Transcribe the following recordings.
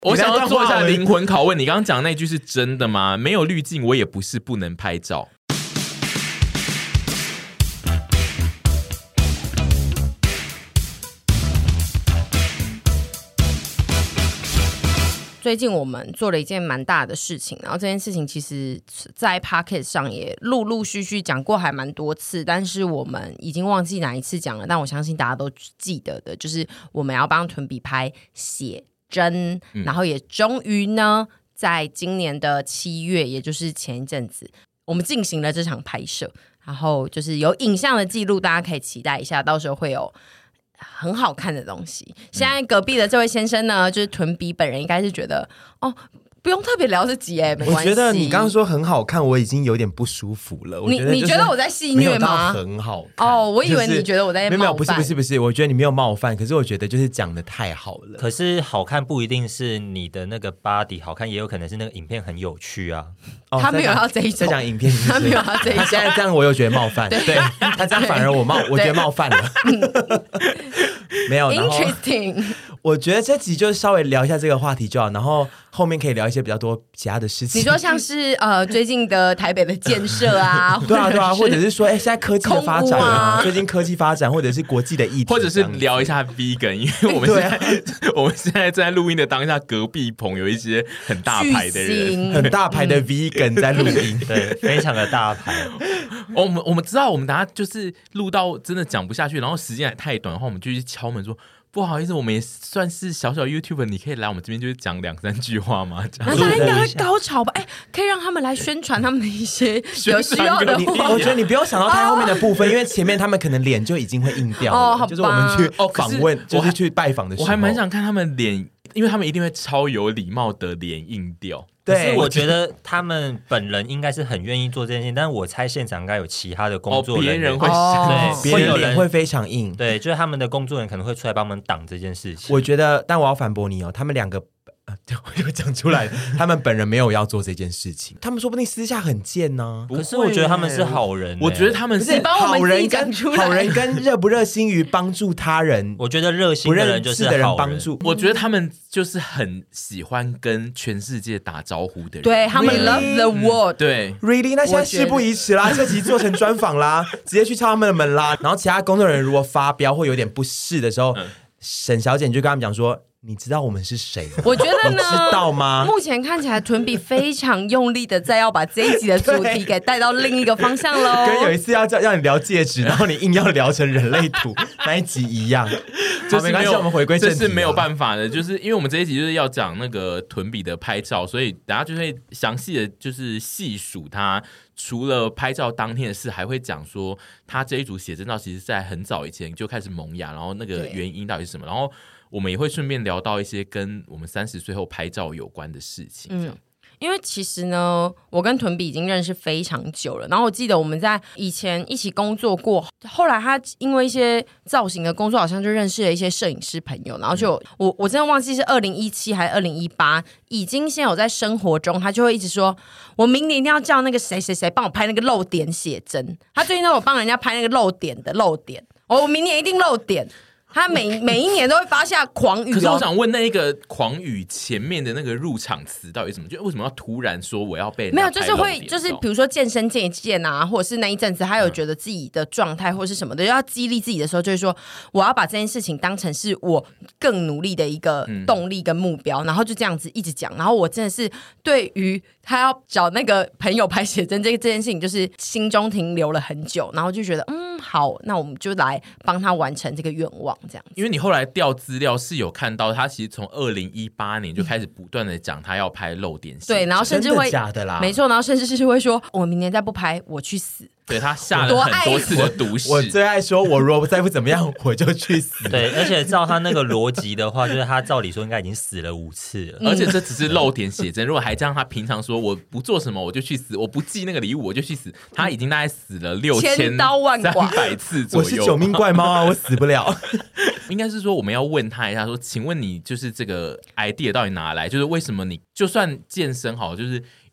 我想要做一下灵魂拷问，你刚刚讲的那句是真的吗？没有滤镜，我也不是不能拍照。 最近我们做了一件蛮大的事情，然后这件事情其实在 Podcast 上也陆陆续续讲过还蛮多次，但是我们已经忘记哪一次讲了，但我相信大家都记得的，就是我们要帮屯比拍写真，然后也终于呢在今年的7月，也就是前一阵子我们进行了这场拍摄，然后就是有影像的记录，大家可以期待一下，到时候会有很好看的东西。现在隔壁的这位先生呢，就是屯比本人应该是觉得哦，不用特别聊这集没关系。 我觉得你刚刚说很好看，我已经有点不舒服了。 你觉得我在戏虐吗？ 没有到很好看哦，我以为你觉得我在冒犯。 没有，不是，我觉得你没有冒犯，可是我觉得就是讲的太好了。 可是好看不一定是你的那个 body 好看，也有可能是那个影片很有趣啊。 他没有要这一种， 在讲影片是不是， 他没有要这一种。 他现在这样，我又觉得冒犯。对，他这样反而我觉得冒犯了。没有 ，interesting。 我觉得这集就稍微聊一下这个话题就好，然后后面可以聊一些比较多其他的事情。 你说像是最近的台北的建设啊， 对啊，或者是说现在科技的发展啊，最近科技发展，或者是国际的议题， 或者是聊一下 vegan， 因为我们现在在录音的当下，隔壁棚有一些很大牌的人， 很大牌的 vegan 在录音， 对，非常的大牌。 我们知道，我们等下就是录到真的讲不下去，然后时间还太短的话，我们就去敲门说。不好意思，我们也算是小小 YouTuber， 你可以来我们这边就是讲2-3句话吗？ 那他应该会高潮吧？可以让他们来宣传他们的一些有需要的话。 我觉得你不用想到太后面的部分，因为前面他们可能脸就已经会硬掉了。 好吧， 就是我们去访问，就是去拜访的时候， 我还蛮想看他们脸，因为他们一定会超有礼貌的脸硬掉。 对，我觉得他们本人应该是很愿意做这件事情，但是我猜现场应该有其他的工作人员， 别人会对，别人脸会非常硬， 对，就是他们的工作人员可能会出来帮忙挡这件事情。 我觉得，但我要反驳你哦，他们两个。我就讲出来，他们本人没有要做这件事情，他们说不定私下很贱呢。 可是我觉得他们是好人， 我觉得他们是好人跟热不热心于帮助他人。 我觉得热心的人就是好人， 帮助。 我觉得他们就是很喜欢跟全世界打招呼的人， 对他们 love the world。 对 ，really， 那现在事不宜迟啦，这集做成专访啦，直接去敲他们的门啦。然后其他工作人员如果发飙或有点不适的时候，沈小姐你就跟他们讲说。你知道我们是谁吗？ 我觉得呢， 知道吗？ 目前看起来屯比非常用力的在要把这一集的主题给带到另一个方向喽。 跟有一次要你聊戒指，然后你硬要聊成人类图那一集一样。 就是没关系，我们回归正题。 这是没有办法的，就是因为我们这一集就是要讲那个屯比的拍照，所以大家就会详细的就是细数他。除了拍照当天的事，还会讲说他这一组写真照其实在很早以前就开始萌芽，然后那个原因到底是什么，然后我们也会顺便聊到一些跟我们30岁后拍照有关的事情。 因为其实呢，我跟屯比已经认识非常久了，然后我记得我们在以前一起工作过，后来他因为一些造型的工作，好像就认识了一些摄影师朋友，然后就我真的忘记是2017还是2018，已经先有在生活中，他就会一直说，我明年一定要叫那个谁谁谁帮我拍那个露点写真，他最近都有帮人家拍那个露点的露点，我明年一定露点。他每一年都会发下狂语。 可是我想问，那一个狂语前面的那个入场词到底什么？就为什么要突然说我要被没有，就是会就是比如说健身健一健啊，或者是那一阵子他有觉得自己的状态或是什么的，要激励自己的时候，就是说我要把这件事情当成是我更努力的一个动力跟目标，然后就这样子一直讲。然后我真的是对于他要找那个朋友拍写真这件事情，就是心中停留了很久，然后就觉得好，那我们就来帮他完成这个愿望。这样子， 因为你后来调资料是有看到，他其实从2018年就开始不断的讲他要拍露点戏， 对，然后甚至会假的啦， 没错，然后甚至是会说，我明年再不拍，我去死。 对，他下了很多次的毒誓。 我最爱说，我如果再不怎么样，我就去死。 对，而且照他那个逻辑的话，就是他照理说应该已经死了5次了， 而且这只是露点写真。如果还这样，他平常说我不做什么我就去死，我不寄那个礼物我就去死，他已经大概死了6300次左右。 我是9命怪猫啊，我死不了。 应该是说我们要问他一下，说，请问你就是这个 idea 到底哪来？就是为什么你就算健身好，就是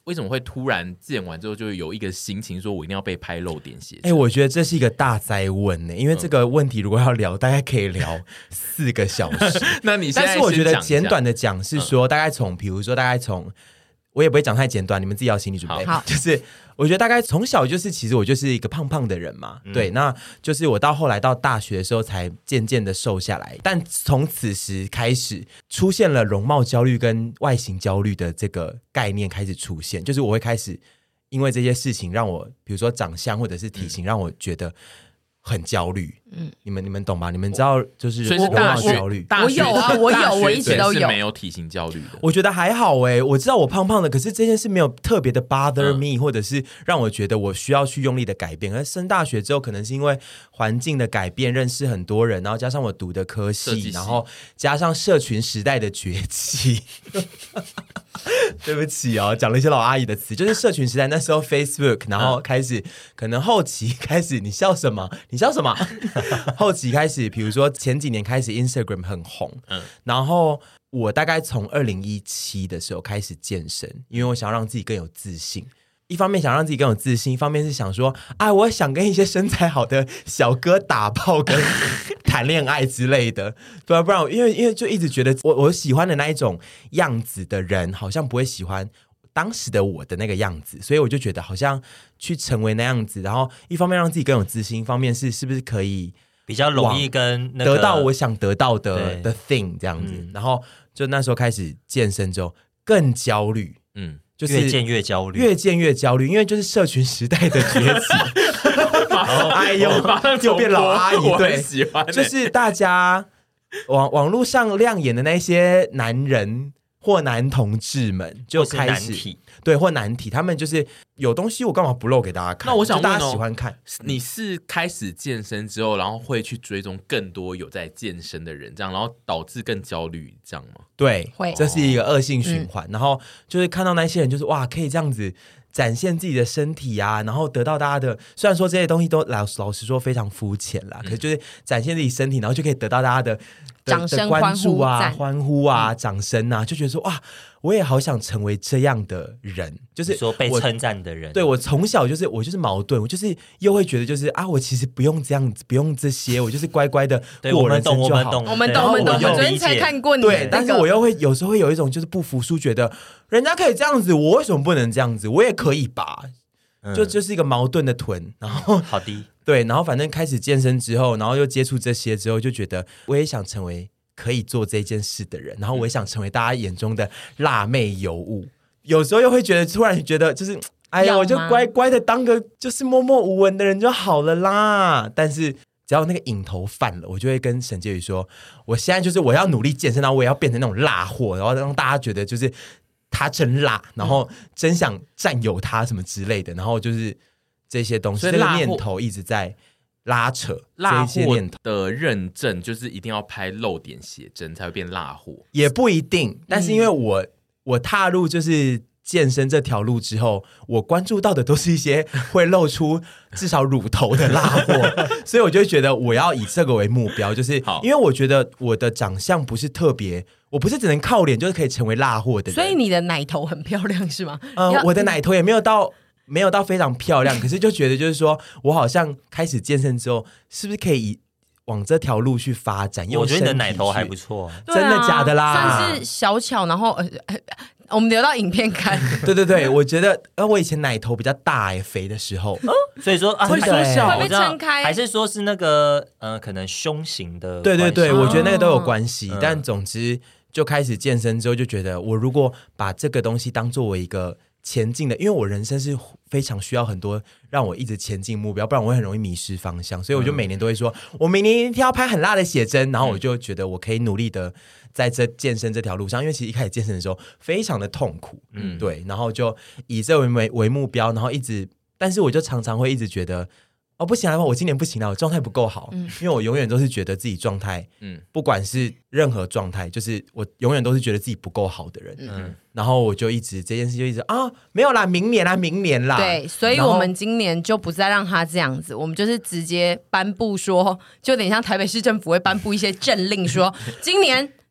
为什么会突然健完之后就有一个心情说我一定要被拍露点写真？ 我觉得这是一个大哉问呢，因为这个问题如果要聊，大概可以聊4个小时。 那你现在但是我觉得简短的讲是说，大概从比如说大概从。我也不会讲太简短，你们自己要心理准备。就是我觉得大概从小就是其实我就是一个胖胖的人嘛，对，那就是我到后来到大学的时候才渐渐的瘦下来，但从此时开始出现了容貌焦虑跟外形焦虑的这个概念开始出现，就是我会开始因为这些事情让我比如说长相或者是体型让我觉得很焦虑。你们懂吧？你们知道就是所以是大学焦虑。 我有啊，我一直都有。 是没有体型焦虑的。 我觉得还好我知道我胖胖的，可是这件事没有特别的 bother me，或者是让我觉得我需要去用力的改变。而升大学之后，可能是因为环境的改变，认识很多人，然后加上我读的科系，然后加上社群时代的崛起。对不起讲了一些老阿姨的词，就是社群时代那时候 Facebook， 然后开始可能后期开始，你笑什么？后期开始，比如说前几年开始 Instagram 很红，然后我大概从2017的时候开始健身，因为我想要让自己更有自信。一方面想让自己更有自信，一方面是想说，我想跟一些身材好的小哥打炮跟谈恋爱之类的，不然因为就一直觉得我喜欢的那一种样子的人，好像不会喜欢当时的我的那个样子，所以我就觉得好像去成为那样子，然后一方面让自己更有自信，一方面是不是可以比较容易跟那个得到我想得到的 thing 这样子，然后就那时候开始健身之后更焦虑，就是越健越焦虑， 因为就是社群时代的崛起。哎呦，就变老阿姨，对， 喜欢就是大家网络上亮眼的那些男人或男同志们就开始对或男体，他们就是有东西我干嘛不露给大家看？ 那我想问大家喜欢看， 你是开始健身之后，然后会去追踪更多有在健身的人，这样然后导致更焦虑，这样吗？ 对， 会， 这是一个恶性循环。然后就是看到那些人，就是哇，可以这样子展现自己的身体啊，然后得到大家的，虽然说这些东西都老实说非常肤浅啦，可是就是展现自己身体，然后就可以得到大家的掌声、 关注啊、欢呼啊、掌声啊，就觉得说哇，我也好想成为这样的人，就是说被称赞的人。 对，我从小我就是矛盾，我就是又会觉得就是我其实不用这样子，不用这些，我就是乖乖的过人生就好。 我们懂，我昨天才看过你的对，但是我又会有时候会有一种就是不服输，觉得人家可以这样子，我为什么不能这样子？我也可以吧。就是一个矛盾的臀，然后好的， 对，然后反正开始健身之后，然后又接触这些之后，就觉得我也想成为可以做这件事的人，然后我也想成为大家眼中的辣妹尤物。有时候又会觉得，突然觉得就是哎呀，我就乖乖的当个就是默默无闻的人就好了啦。但是只要那个瘾头犯了，我就会跟沈婕妤说，我现在就是我要努力健身，然后我也要变成那种辣货，然后让大家觉得就是他真辣，然后真想占有他什么之类的，然后就是这些东西，这个念头一直在拉扯。 辣货的认证就是一定要拍露点写真才会变辣货， 也不一定。但是因为我踏入就是健身这条路之后，我关注到的都是一些会露出至少乳头的辣货，所以我就会觉得我要以这个为目标，就是因为我觉得我的长相不是特别，我不是只能靠脸就是可以成为辣货的人。 所以你的奶头很漂亮是吗？ 我的奶头也没有到非常漂亮，可是就觉得就是说我好像开始健身之后，是不是可以往这条路去发展？ 我觉得你的奶头还不错， 真的假的啦？ 算是小巧，然后我们留到影片看。 对，我觉得我以前奶头比较大肥的时候， 所以说会缩小，会被撑开， 还是说是那个可能胸型的？ 对，我觉得那个都有关系。但总之就开始健身之后，就觉得我如果把这个东西当作为一个前进的，因为我人生是非常需要很多让我一直前进目标，不然我会很容易迷失方向，所以我就每年都会说我明年一定要拍很辣的写真，然后我就觉得我可以努力的在这健身这条路上，因为其实一开始健身的时候非常的痛苦，对，然后就以这为目标，然后一直，但是我就常常会一直觉得不行了，我今年不行了，我状态不够好，因为我永远都是觉得自己状态，不管是任何状态，就是我永远都是觉得自己不够好的人，然后我就一直这件事就一直没有啦，明年啦， 对，所以我们今年就不再让他这样子，我们就是直接颁布说，就有点像台北市政府会颁布一些政令说，今年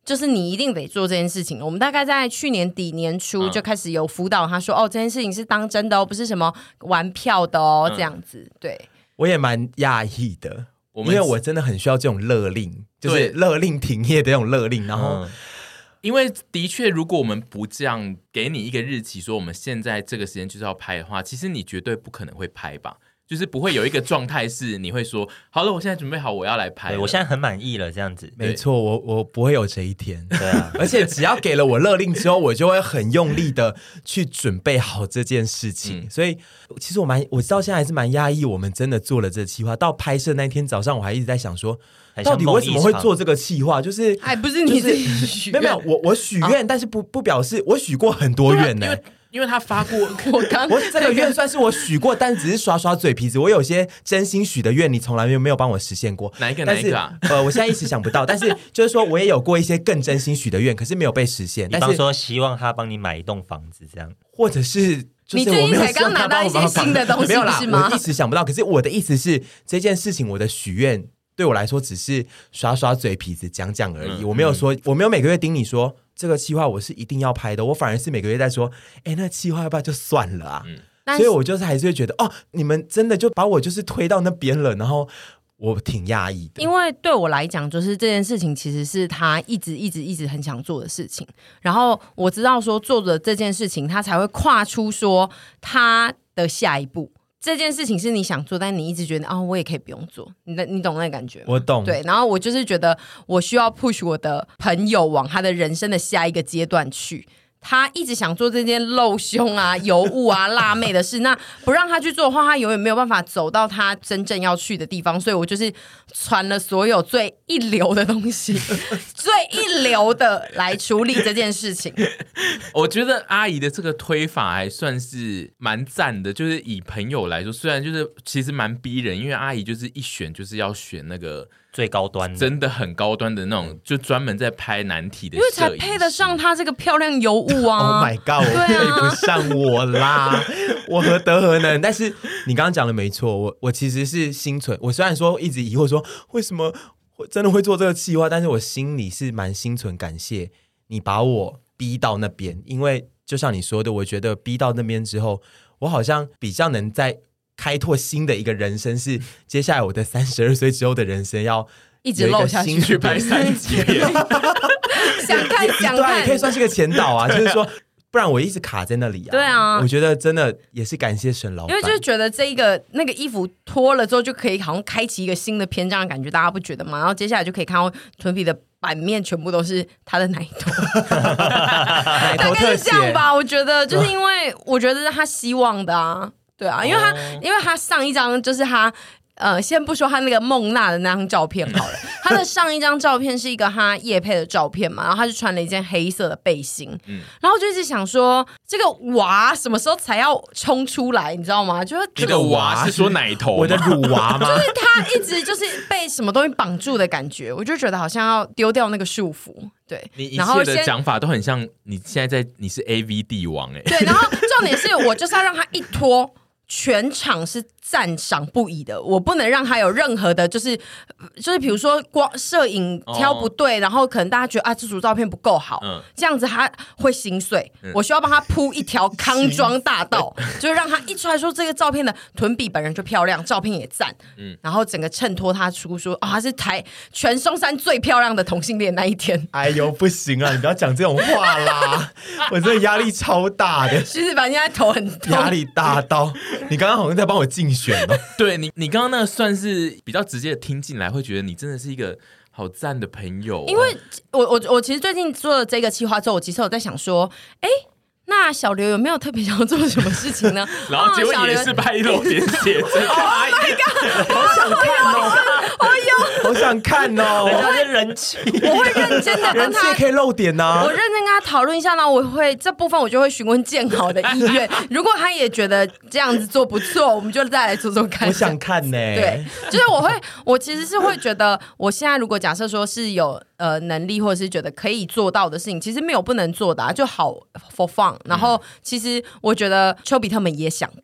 就是你一定得做这件事情。我们大概在去年底年初就开始有辅导他说，哦，这件事情是当真的哦，不是什么玩票的哦，这样子。对， 我也蛮讶异的，因为我真的很需要这种勒令，就是勒令停业的那种勒令，然后。 因为的确，如果我们不这样给你一个日期，说我们现在这个时间就是要拍的话，其实你绝对不可能会拍吧。就是不会有一个状态是你会说好了，我现在准备好我要来拍了， 我现在很满意了这样子。 没错，我不会有这一天。 对啊， 而且只要给了我勒令之后，我就会很用力的去准备好这件事情。所以其实我到现在还是蛮压抑，我们真的做了这企划。到拍摄那天早上，我还一直在想说，到底为什么会做这个企划？就是还不是你自己许愿？ 没有，我许愿，但是不表示我许过很多愿呢。 因为他发过我这个愿算是我许过，但只是耍耍嘴皮子。我有些真心许的愿，你从来没有帮我实现过。 哪一个啊？ 我现在一时想不到。但是就是说我也有过一些更真心许的愿，可是没有被实现。 比方说希望他帮你买一栋房子这样， 或者是你最近才刚拿到一些新的东西， 没有啦， 是吗？ 我一时想不到。可是我的意思是，这件事情我的许愿对我来说只是耍耍嘴皮子讲而已。我没有说，我没有每个月盯你说。这个企划我是一定要拍的，我反而是每个月在说，那企划要不要就算了啊？所以我就是还是会觉得，哦，你们真的就把我就是推到那边了，然后我挺讶异的。 因为对我来讲，就是这件事情其实是他一直很想做的事情，然后我知道说做的这件事情，他才会跨出说他的下一步。这件事情是你想做，但你一直觉得我也可以不用做，你懂那个感觉吗？ 我懂。 对，然后我就是觉得我需要 push 我的朋友往他的人生的下一个阶段去。他一直想做这件露胸啊、尤物啊、辣妹的事，那不让他去做的话，他永远没有办法走到他真正要去的地方。所以我就是传了所有最一流的东西，最一流的来处理这件事情。 我觉得阿姨的这个推法还算是蛮赞的，就是以朋友来说，虽然就是其实蛮逼人，因为阿姨就是一选就是要选那个。 最高端的， 真的很高端的那种，就专门在拍难题的摄影师， 因为才配得上他这个漂亮尤物啊 ！Oh my god， 我配不上我啦，我何德何能？但是你刚刚讲的没错，我其实是心存，我虽然说一直疑惑说为什么真的会做这个企划，但是我心里是蛮心存感谢你把我逼到那边，因为就像你说的，我觉得逼到那边之后，我好像比较能在。开拓新的一个人生，是接下来我的32岁之后的人生要一直漏下去， 去拍3集片， 想看， 也可以算是个前导啊。就是说，不然我一直卡在那里啊。 对啊， 我觉得真的也是感谢沈老板， 因为就是觉得那个衣服脱了之后就可以好像开启一个新的篇章的感觉，大家不觉得吗？然后接下来就可以看到屯比的版面全部都是他的奶头， 奶头特写，大概是这样吧？我觉得就是因为我觉得是他希望的啊。对啊，因为他上一张就是他先不说他那个孟娜的那张照片好了，他的上一张照片是一个他业配的照片嘛，然后他就穿了一件黑色的背心，然后我就一直想说这个娃什么时候才要冲出来，你知道吗？就是这个娃是说奶头， 我的乳娃吗？ 就是他一直就是被什么东西绑住的感觉，我就觉得好像要丢掉那个束缚。对， 你一切的讲法都很像你现在你是 AV 帝王对，然后重点是我就是要让他一脱。全场是赞赏不已的，我不能让他有任何的，就是比如说光摄影挑不对，然后可能大家觉得这组照片不够好，这样子他会心碎。我需要帮他铺一条康庄大道，就是让他一出来说这个照片的臀比本人就漂亮，照片也赞，然后整个衬托他出说他是全松山最漂亮的同性恋那一天。 哎呦，不行啊，你不要讲这种话啦，我真的压力超大的。 徐子凡现在头很痛， 压力大到。你刚刚好像在帮我竞选哦。 对你刚刚那个算是比较直接的听进来，会觉得你真的是一个好赞的朋友。 因为我其实最近做了这个企划之后，我其实有在想说，那小刘有没有特别想要做什么事情呢？ 然后结果也是拍露点写真。 Oh my god！ 好想看哦！好想看哦！ 人家是人气， 我会认真的跟他， 人气可以露点呐。 我认真跟他讨论一下呢，我会这部分我就会询问建豪的意愿。如果他也觉得这样子做不错，我们就再来做做看。 我想看呢。 对，就是我其实是会觉得，我现在如果假设说是有能力或者是觉得可以做到的事情，其实没有不能做的就好 for fun。然后其实我觉得丘比特们也想看。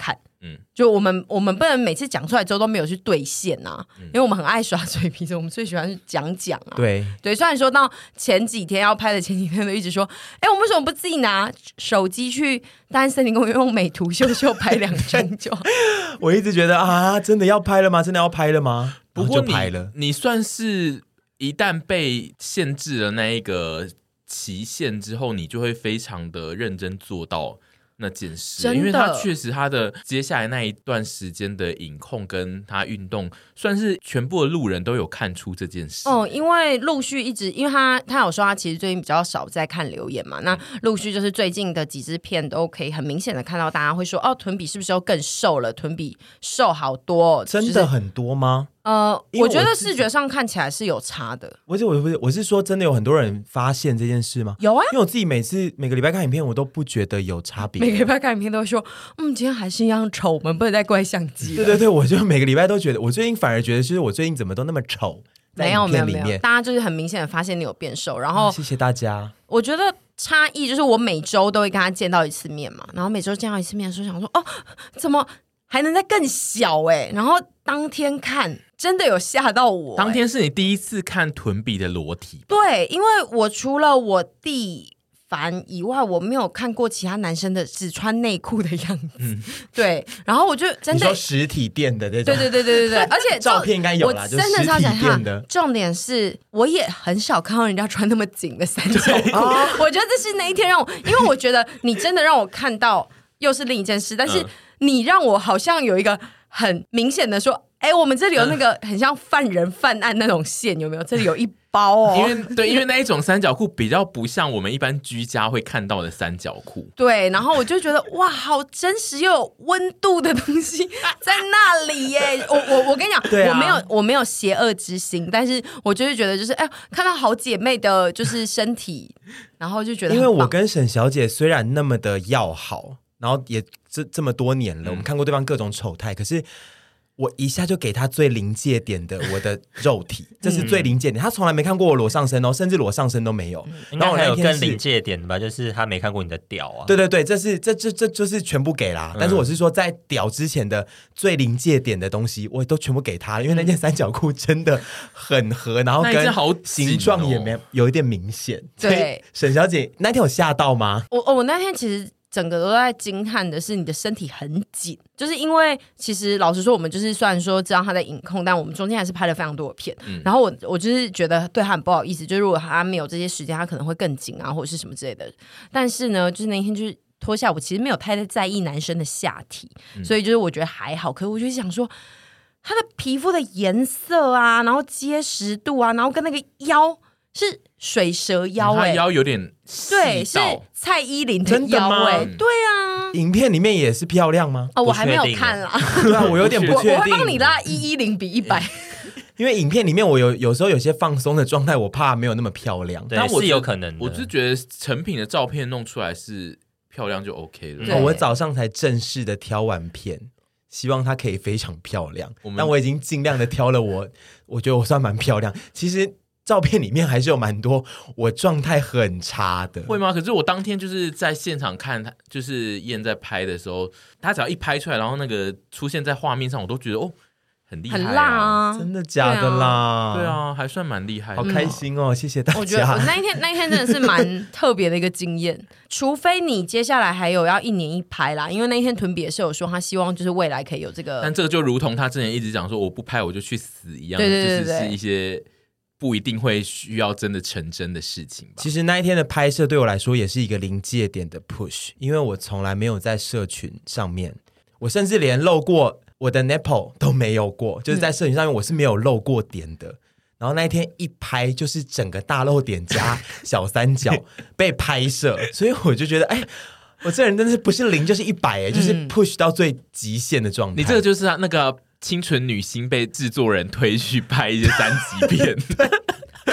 就我们不能每次讲出来之后都没有去兑现啊，因为我们很爱耍嘴皮子，我们最喜欢是讲啊。 对， 虽然说到前几天要拍的前几天都一直说，我们为什么不自己拿手机去大安森林公园用美图秀拍2张就好？ 我一直觉得啊，真的要拍了吗？真的要拍了吗？ 不过就拍了。 你算是一旦被限制了那一个期限之后，你就会非常的认真做到那件事，因为他确实他的接下来那一段时间的影控跟他运动，算是全部的路人都有看出这件事。 因为陆续一直，因为他有说他其实最近比较少在看留言嘛，那陆续就是最近的几支片都可以很明显的看到大家会说，臀比是不是又更瘦了？臀比瘦好多， 真的很多吗？ 我觉得视觉上看起来是有差的。 我是说，真的有很多人发现这件事吗？ 有啊， 因为我自己每个礼拜看影片，我都不觉得有差别。 每个礼拜看影片都会说，今天还是一样丑，我们不能再怪相机了。 对，我就每个礼拜都觉得，我最近反而觉得，就是我最近怎么都那么丑。 没有，大家就是很明显的发现你有变瘦，然后谢谢大家。 我觉得差异就是我每周都会跟他见到一次面嘛，然后每周见到一次面的时候想说，怎么还能再更小然后当天看真的有吓到我。 当天是你第一次看臀比的裸体？ 对，因为我除了我弟凡以外，我没有看过其他男生的只穿内裤的样子。对，然后我就真的， 你说实体店的那种， 对，而且照片应该有啦， 我真的是要讲一重点是，我也很少看到人家穿那么紧的三角裤。我觉得这是那一天让我，因为我觉得你真的让我看到又是另一件事，但是你让我好像有一个很明显的说，我们这里有那个很像犯人犯案那种线，有没有？这里有一包因为那一种三角裤比较不像我们一般居家会看到的三角裤。 对，然后我就觉得哇，好真实又有温度的东西在那里耶！我跟你讲，我没有邪恶之心，但是我就是觉得就是看到好姐妹的就是身体，然后就觉得很棒。 因为我跟沈小姐虽然那么的要好，然后也这么多年了，我们看过对方各种丑态，可是我一下就给他最临界点的我的肉体，这是最临界点。他从来没看过我裸上身甚至裸上身都没有。 应该还有更临界点的吧，就是他没看过你的屌啊。 对，这就是全部给啦。但是我是说，在屌之前的最临界点的东西，我都全部给他，因为那件三角裤真的很合，然后跟形状也有一点明显。 对， 沈小姐那天有吓到吗？ 我那天其实整个都在惊叹的是你的身体很紧，就是因为其实老实说，我们就是虽然说知道他在影控，但我们中间还是拍了非常多的片。然后我就是觉得对他很不好意思，就是如果他没有这些时间，他可能会更紧啊，或者是什么之类的。但是呢，就是那一天就是脱下，我其实没有太在意男生的下体，所以就是我觉得还好。可是我就想说，他的皮肤的颜色啊，然后结实度啊，然后跟那个腰。是水蛇腰他腰有点细到， 对，是蔡依林的腰对啊。 影片里面也是漂亮吗？ 我还没有看啦。 对啊，我有点不确定。 我会帮你拉110比100。 因为影片里面我有时候有些放松的状态，我怕没有那么漂亮。 但我是有可能的。 我是觉得成品的照片弄出来是漂亮就 OK 了。 我早上才正式的挑完片，希望它可以非常漂亮。但我已经尽量的挑了我觉得我算蛮漂亮。其实照片里面还是有蛮多我状态很差的。 会吗？可是我当天就是在现场看，就是燕在拍的时候，他只要一拍出来，然后那个出现在画面上，我都觉得很厉害很辣啊！ 真的假的啦？ 对啊，还算蛮厉害的。 好开心哦，谢谢大家。 我觉得我那一天真的是蛮特别的一个经验，除非你接下来还有要1年1拍啦，因为那一天屯比也是有说他希望就是未来可以有这个， 但这个就如同他之前一直讲说我不拍我就去死一样， 对， 就是一些不一定会需要真的成真的事情吧。 其实那一天的拍摄对我来说也是一个临界点的 push， 因为我从来没有在社群上面，我甚至连露过我的 nipple 都没有过，就是在社群上面我是没有露过点的。然后那一天一拍就是整个大露点加小三角被拍摄，所以我就觉得我这人真的是不是0就是100就是 push 到最极限的状态。 你这个就是那个清纯女星被制作人推去拍一些3级片。 但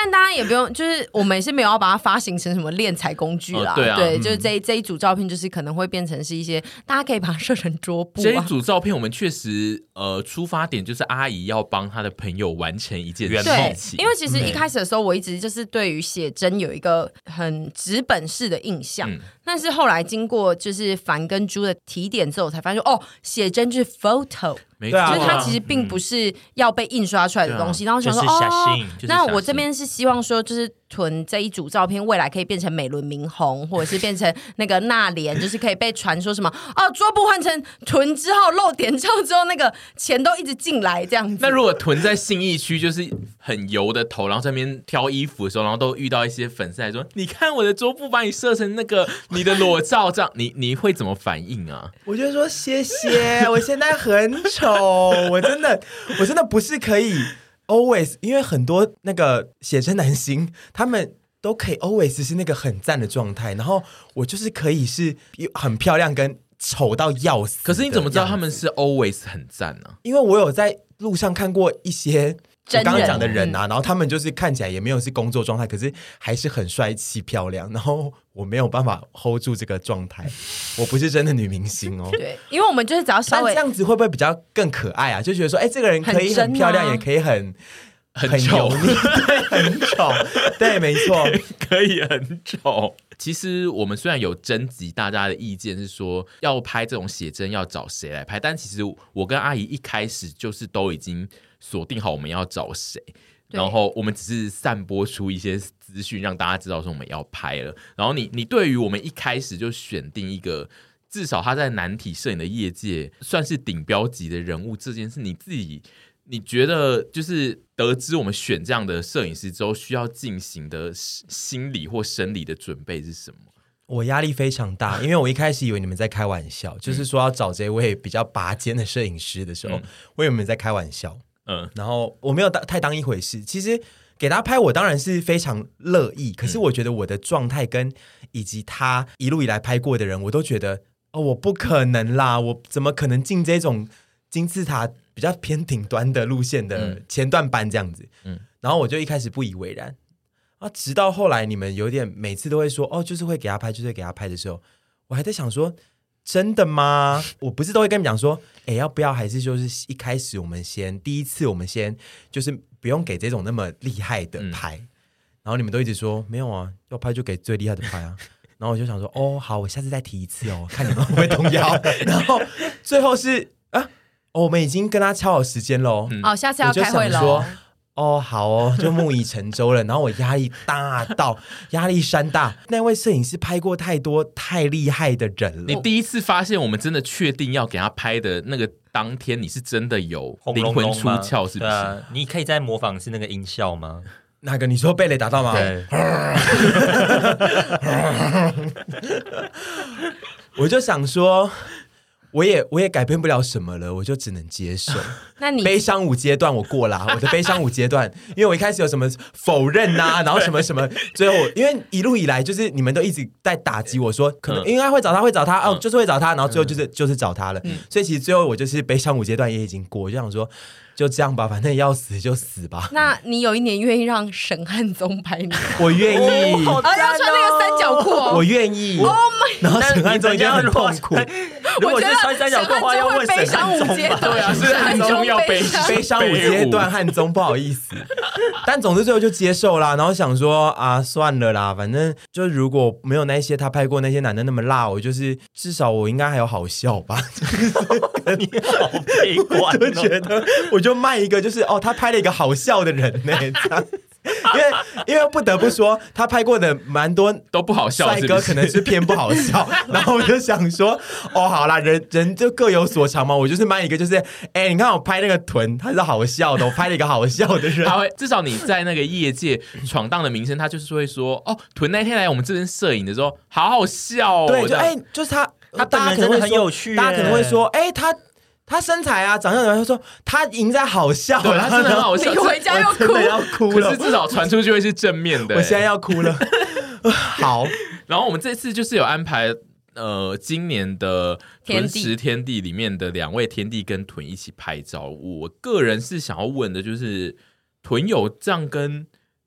但大家也不用，就是我们也是没有要把它发行成什么敛财工具啦。 对啊， 就是这一组照片，就是可能会变成是一些大家可以把它设成桌布。 这一组照片，我们确实出发点就是阿姨要帮她的朋友完成一件事情。 因为其实一开始的时候，我一直就是对于写真有一个很纸本式的印象，但是后来经过就是凡跟猪的提点之后，我才发现写真就是 photo。 对啊， 就是它其实并不是要被印刷出来的东西，然后我想说那我这边是希望说，就是屯这一组照片未来可以变成美轮明宏，或者是变成那个娜莲，就是可以被传说什么桌布换成屯之后露点照之后，那个钱都一直进来这样子。 那如果屯在信义区就是很油的头，然后在那边挑衣服的时候，然后都遇到一些粉丝来说，你看我的桌布把你设成那个你的裸照，这样你会怎么反应啊？ 我就说谢谢，我现在很丑。我真的不是可以 always， 因为很多那个写真男星他们都可以 always 是那个很赞的状态，然后我就是可以是很漂亮跟丑到要死。 可是你怎么知道他们是 always 很赞呢？ 因为我有在路上看过一些我刚刚讲的人啊，然后他们就是看起来也没有是工作状态，可是还是很帅气漂亮，然后我没有办法 hold 住这个状态，我不是真的女明星哦。 对，因为我们就是只要稍微这样子会不会比较更可爱啊？就觉得说，这个人可以很漂亮，也可以很丑， 对，很丑，对，没错， 可以很丑。其实我们虽然有征集大家的意见，是说要拍这种写真要找谁来拍，但其实我跟阿姨一开始就是都已经锁定好我们要找谁，然后我们只是散播出一些资讯，让大家知道说我们要拍了。然后你对于我们一开始就选定一个至少他在男体摄影的业界算是顶标级的人物这件事，你觉得就是得知我们选这样的摄影师之后需要进行的心理或生理的准备是什么？ 我压力非常大，因为我一开始以为你们在开玩笑，就是说要找这位比较拔尖的摄影师的时候，我以为你们在开玩笑，然后我没有太当一回事。其实给他拍我当然是非常乐意，可是我觉得我的状态跟以及他一路以来拍过的人，我都觉得我不可能啦，我怎么可能进这种金字塔比较偏顶端的路线的前段班这样子，然后我就一开始不以为然直到后来你们有点每次都会说就是会给他拍，就是会给他拍的时候，我还在想说真的吗？我不是都会跟你们讲说要不要还是就是一开始我们先第一次我们先就是不用给这种那么厉害的拍，然后你们都一直说没有啊，要拍就给最厉害的拍啊。然后我就想说好，我下次再提一次看你们会不会动摇。然后最后是我们已经跟他敲好时间咯下次要开会咯。 好就木已成舟了。然后我压力大到压力山大，那位摄影师拍过太多太厉害的人了。 你第一次发现我们真的确定要给他拍的那个当天，你是真的有灵魂出窍是不是？ 你可以再模仿是那个音效吗？ 哪个？你说被雷打到吗？ 对。 我就想说我也改变不了什么了，我就只能接受。 那你悲伤5阶段我过啦，我的悲伤5阶段，因为我一开始有什么否认然后什么什么，最后因为一路以来就是你们都一直在打击我说，可能应该会找他，就是会找他，然后最后就是找他了。所以其实最后我就是悲伤5阶段也已经过，我就想说就这样吧，反正要死就死吧。 那你有一年愿意让沈汉宗拍你吗？ 我愿意。 要穿那个三角裤我愿意。然后沈汉宗一定很痛苦。 如果是穿三角裤的话，要问沈汉宗吧？ 对啊，是汉宗要悲伤5阶段，汉宗不好意思。但总之最后就接受啦，然后想说算了啦，反正就如果没有那些他拍过那些男的那么辣，我就是至少我应该还有好笑吧。 你好悲观就觉得我就卖一个就是他拍了一个好笑的人呢，这样。因为不得不说他拍过的蛮多都不好笑， 帅哥可能是偏不好笑。然后我就想说好啦，人就各有所长嘛，我就是卖一个就是你看我拍那个臀他是好笑的，我拍了一个好笑的人。 他会至少你在那个业界闯荡的名声，他就是会说臀那天来我们这边摄影的时候好好笑对，就是他大家可能会很有趣， 大家可能会说他身材长相，他说他赢在好笑， 对，他真的很好笑。 你回家要哭了， 可是至少传出去会是正面的。 我现在要哭了。好， 然后我们这次就是有安排今年的屯食天地里面的2位天地跟屯一起拍照。我个人是想要问的就是屯有这样跟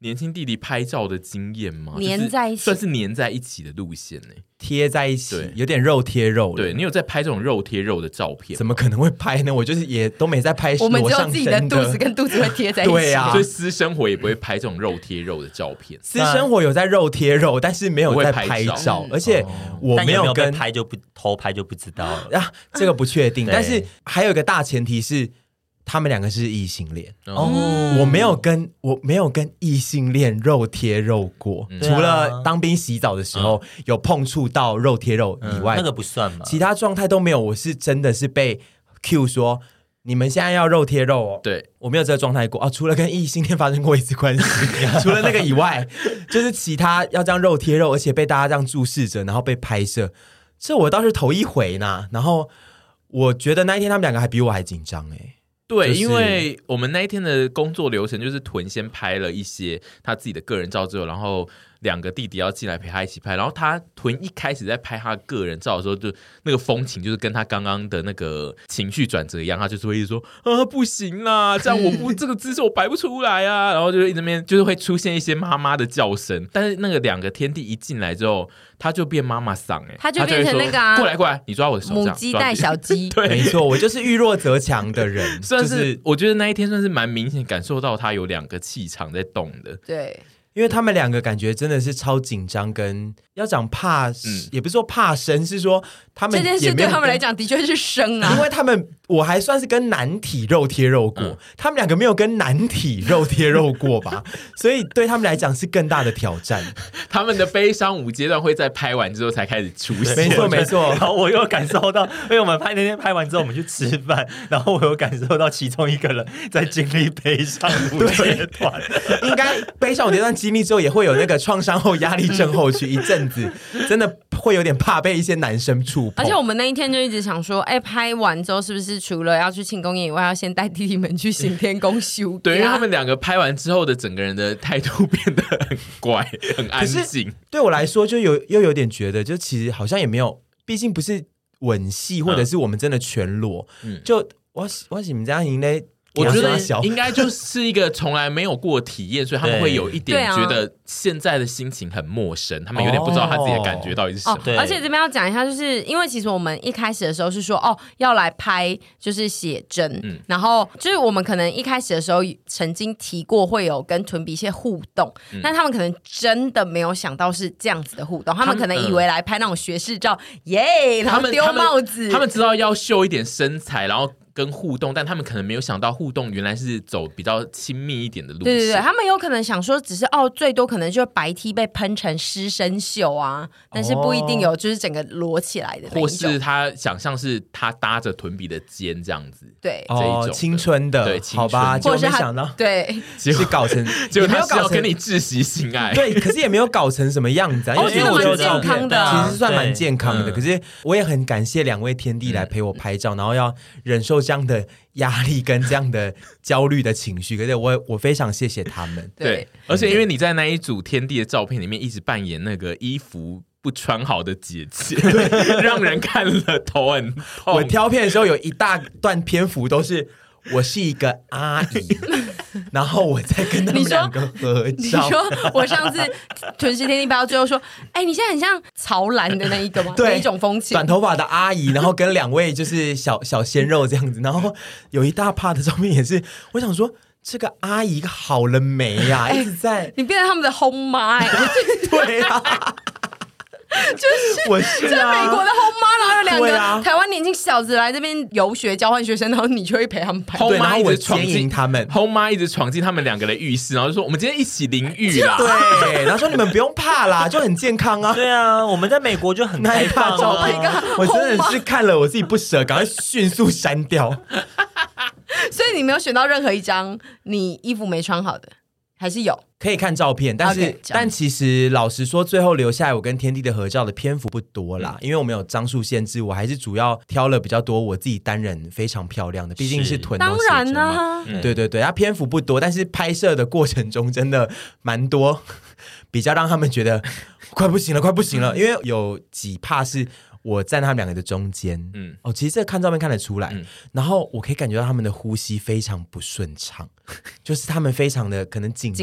年轻弟弟拍照的经验吗？ 黏在一起， 算是黏在一起的路线呢。 贴在一起，有点肉贴肉了。 对，你有在拍这种肉贴肉的照片？ 怎么可能会拍呢？我就是也都没在拍， 我们只有自己的肚子跟肚子会贴在一起。 对啊， 所以私生活也不会拍这种肉贴肉的照片。 私生活有在肉贴肉，但是没有在拍照，而且我没有跟拍就不偷拍就不知道了啊，这个不确定。但是还有一个大前提是，他们两个是异性恋哦，我没有跟异性恋肉贴肉过，除了当兵洗澡的时候有碰触到肉贴肉以外， 那个不算嘛， 其他状态都没有。我是真的是被 Q 说你们现在要肉贴肉哦， 对我没有这个状态过啊，除了跟异性恋发生过一次关系，除了那个以外，就是其他要这样肉贴肉，而且被大家这样注视着，然后被拍摄，这我倒是头一回呢。然后我觉得那一天他们两个还比我还紧张对，因为我们那一天的工作流程就是屯先拍了一些他自己的个人照之后，然后2个弟弟要进来陪他一起拍，然后屯一开始在拍他的个人照的时候，就那个风情就是跟他刚刚的那个情绪转折一样，他就是会一直说不行啦，这样我不这个姿势我摆不出来啊，然后就一直那边就是会出现一些妈妈的叫声，但是那个2个天地一进来之后，他就变妈妈桑他就变成那个过来，你抓我的手， 母鸡带小鸡， 对， 没错，我就是遇弱则强的人， 算是我觉得那一天算是蛮明显感受到他有2个气场在动的， 对。 因为他们两个感觉真的是超紧张，跟要讲怕，也不是说怕生，是说他们这件事对他们来讲的确是生啊， 因为他们我还算是跟男体肉贴肉过，他们两个没有跟男体肉贴肉过吧，所以对他们来讲是更大的挑战。 他们的悲伤5阶段会在拍完之后才开始出现， 没错没错。 然后我又感受到，因为我们那天拍完之后我们去吃饭，然后我有感受到其中一个人在经历悲伤5阶段， 应该悲伤5阶段经历之后也会有那个创伤后压力症候群，一阵子真的会有点怕被一些男生触碰。 而且我们那一天就一直想说，拍完之后是不是除了要去庆功宴以外，要先带弟弟们去行天宫修？ 对，因为他们2个拍完之后的整个人的态度变得很乖，很安静。对我来说，就又有点觉得，就其实好像也没有，毕竟不是吻戏，或者是我们真的全裸，就我你们这样赢嘞。 我觉得应该就是一个从来没有过的体验，所以他们会有一点觉得现在的心情很陌生，他们有点不知道他自己的感觉到底是什么。 而且这边要讲一下，就是因为其实我们一开始的时候是说要来拍就是写真，然后就是我们可能一开始的时候曾经提过会有跟屯比一些互动，但他们可能真的没有想到是这样子的互动，他们可能以为来拍那种学士照，耶，然后丢帽子， 他们知道要秀一点身材，然后跟互动，但他们可能没有想到互动原来是走比较亲密一点的路线。 对，他们有可能想说只是最多可能就是白 T 被喷成湿身秀啊，但是不一定有就是整个裸起来的那种， 或是他想象是他搭着屯比的肩这样子， 对， 这一种青春的， 对， 好吧， 或者是没想到， 对， 是搞成， 也没有搞成跟你窒息性爱， 对，可是也没有搞成什么样子， 因为我觉得蛮健康的， 其实算蛮健康的。可是我也很感谢2位天弟来陪我拍照，然后要忍受这样的压力跟这样的焦虑的情绪，可是我非常谢谢他们。 对，而且因为你在那一组天地的照片里面一直扮演那个衣服不穿好的姐姐，让人看了头很痛。 我挑片的时候有一大段篇幅都是我是一个阿姨，然后我在跟他们2个合照。 你说我上次屯时天地拍到最后说，你现在很像曹兰的那一个吗？ 对， 那一种风情， 短头发的阿姨，然后跟2位就是小鲜肉这样子，然后有一大趴的照片也是，我想说这个阿姨好了没呀？一直在你变成他们的轰妈对啊。就是我是在美国的后妈，然后有2个台湾年轻小子来这边游学交换学生，然后你就会陪他们拍。 后妈一直闯进他们， 后妈一直闯进他们2个的浴室，然后就说我们今天一起淋浴啦。 对，然后说你们不用怕啦，就很健康啊。 对啊，我们在美国就很害怕我真的是看了我自己不舍，赶快迅速删掉。 所以你没有选到任何一张你衣服没穿好的？还是有可以看照片，但其实老实说，最后留下来我跟天地的合照的篇幅不多啦，因为我们有张数限制，我还是主要挑了比较多我自己单人非常漂亮的，毕竟是臀当然啦， 对，它篇幅不多，但是拍摄的过程中真的蛮多，比较让他们觉得快不行了，因为有几趴是我站他们2个的中间，其实这看照片看得出来，然后我可以感觉到他们的呼吸非常不顺畅，就是他们非常的可能紧张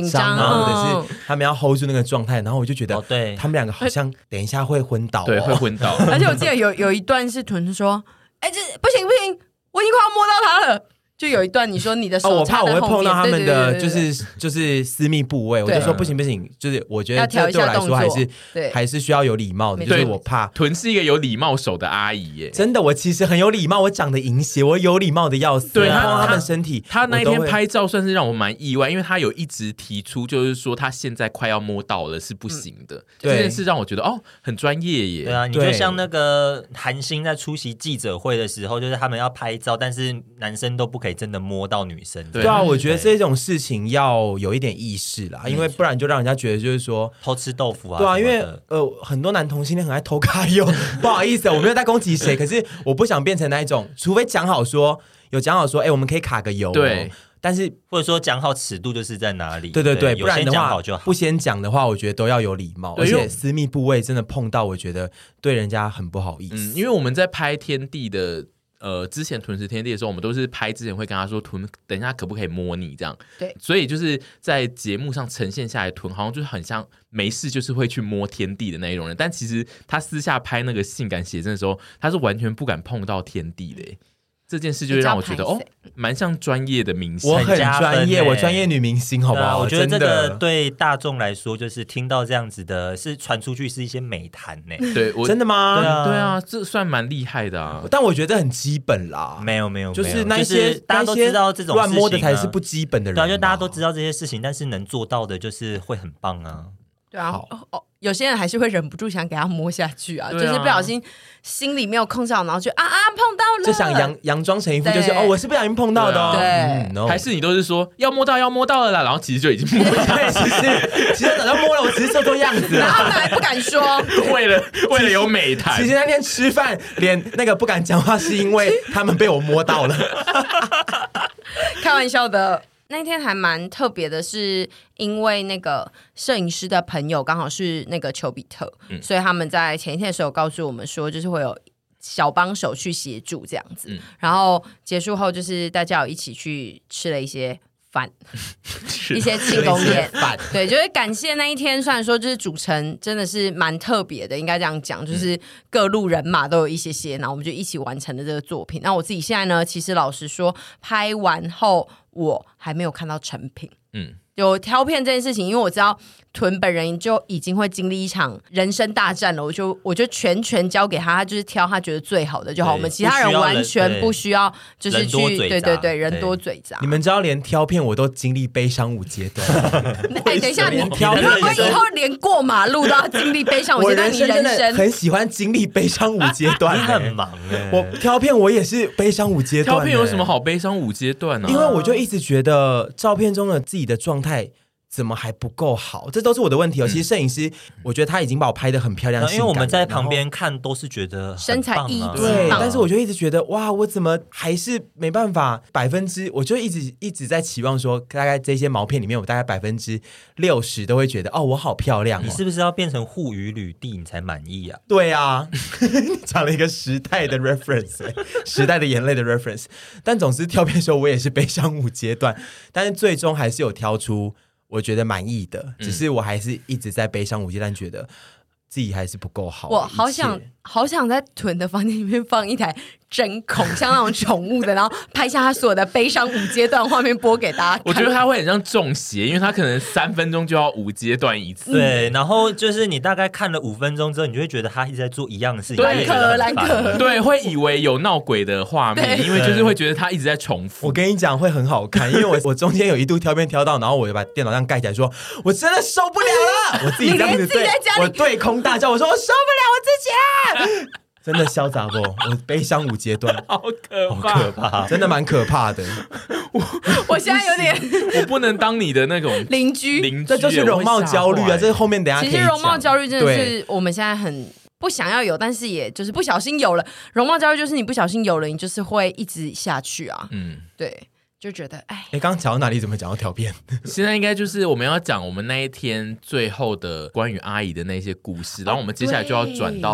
然后或者是他们要 hold 住那个状态，然后我就觉得， 对， 他们两个好像等一下会昏倒， 对，会昏倒。 而且我记得有一段是屯说，这不行，我已经快要摸到他了。就有一段你说你的手我怕我会碰到他们的就是私密部位，我就说不行，就是我觉得这对我来说还是需要有礼貌的，就是我怕。 屯是一个有礼貌手的阿姨耶， 真的，我其实很有礼貌，我长得淫邪，我有礼貌的要死。 对， 他们身体， 他那一天拍照算是让我蛮意外，因为他有一直提出，就是说他现在快要摸到了是不行的，这件事让我觉得很专业耶。 对啊，你就像那个韩星在出席记者会的时候，就是他们要拍照，但是男生都不可以真的摸到女生。 对啊，我觉得这种事情要有一点意识啦，因为不然就让人家觉得就是说偷吃豆腐啊。 对啊，因为很多男同性恋很爱偷卡用，不好意思，我没有在攻击谁，可是我不想变成那一种，除非讲好说我们可以卡个油， 对。 但是或者说讲好尺度就是在哪里， 对，不然的话不先讲的话，我觉得都要有礼貌，而且私密部位真的碰到，我觉得对人家很不好意思。 因为我们在拍天地的之前屯食天地的时候，我们都是拍之前会跟他说屯，等一下可不可以摸你这样， 对， 所以就是在节目上呈现下来，屯好像就是很像没事就是会去摸天地的那一种人，但其实他私下拍那个性感写真的时候，他是完全不敢碰到天地的耶。这件事就会让我觉得蛮像专业的明星， 我很专业，我专业女明星，好不好？ 我觉得这个对大众来说，就是听到这样子的，是传出去是一些美谈呢。 对， 真的吗？ 对啊，这算蛮厉害的啊。 但我觉得很基本啦， 没有， 就是那些大家都知道这种乱摸的才是不基本的人， 对啊，就大家都知道这些事情，但是能做到的，就是会很棒啊。 对啊，有些人还是会忍不住想给他摸下去啊，就是不小心心里没有控制好，然后就碰到了， 就想佯装成一副就是我是不小心碰到的对， 还是你都是说要摸到了啦，然后其实就已经摸到了， 其实早就摸了，我只是做样子， 然后还不敢说， 为了有美谈。 其实那天吃饭连那个不敢讲话，是因为他们被我摸到了， 开玩笑的。那天还蛮特别的是，因为那个摄影师的朋友刚好是那个丘比特，所以他们在前一天的时候告诉我们说，就是会有小帮手去协助这样子。然后结束后，就是大家有一起去吃了一些饭，一些庆功宴。对，就是感谢那一天，虽然说就是主持人真的是蛮特别的，应该这样讲，就是各路人马都有一些，然后我们就一起完成了这个作品。那我自己现在呢，其实老实说，拍完后我还没有看到成品。有挑片这件事情，因为我知道屯本人就已经会经历一场人生大战了，我就全权交给他，他就是挑他觉得最好的就好，我们其他人完全不需要就是去对人多嘴杂。 你们知道连挑片我都经历悲伤5阶段。 等一下，你会不会以后连过马路都要经历悲伤5阶段？你人生很喜欢经历悲伤5阶段， 你很忙我挑片我也是悲伤5阶段。 挑片有什么好悲伤5阶段呢？ 因为我就一直觉得照片中的自己的状态怎么还不够好？这都是我的问题哦。其实摄影师，我觉得他已经把我拍得很漂亮， 因为我们在旁边看都是觉得身材一对，但是我就一直觉得哇，我怎么还是没办法我就一直在期望说，大概这些毛片里面，我大概60%都会觉得我好漂亮。 你是不是要变成护羽履地你才满意啊？ 对啊，讲了一个时代的 reference， 时代的眼泪的 reference。但总之挑片的时候，我也是悲伤5阶段，但是最终还是有挑出我觉得满意的，只是我还是一直在悲伤5阶段，觉得自己还是不够好。 我好想在屯的房间里面放一台针孔，像那种宠物的，然后拍下他所有的悲伤5阶段画面播给大家看。 我觉得他会很像中邪，因为他可能3分钟就要5阶段一次。 对，然后就是你大概看了5分钟之后，你就会觉得他一直在做一样的事情， 蓝可对，会以为有闹鬼的画面，因为就是会觉得他一直在重复。 我跟你讲会很好看，因为我中间有一度挑片挑到，然后我就把电脑这样盖起来说，我真的受不了了，我自己这样子我对空大叫，我说我受不了我自己啊。真的潇洒不？我悲伤5阶段， 好可怕， 真的蛮可怕的。 我现在有点， 我不能当你的那种邻居， 这就是容貌焦虑啊！这是后面等一下可以讲。 其实容貌焦虑真的是我们现在很不想要有，但是也就是不小心有了。容貌焦虑就是你不小心有了，你就是会一直下去啊。对。就觉得刚刚讲到哪里？怎么讲到挑片？ 现在应该就是我们要讲我们那一天最后的关于阿姨的那些故事，然后我们接下来就要转到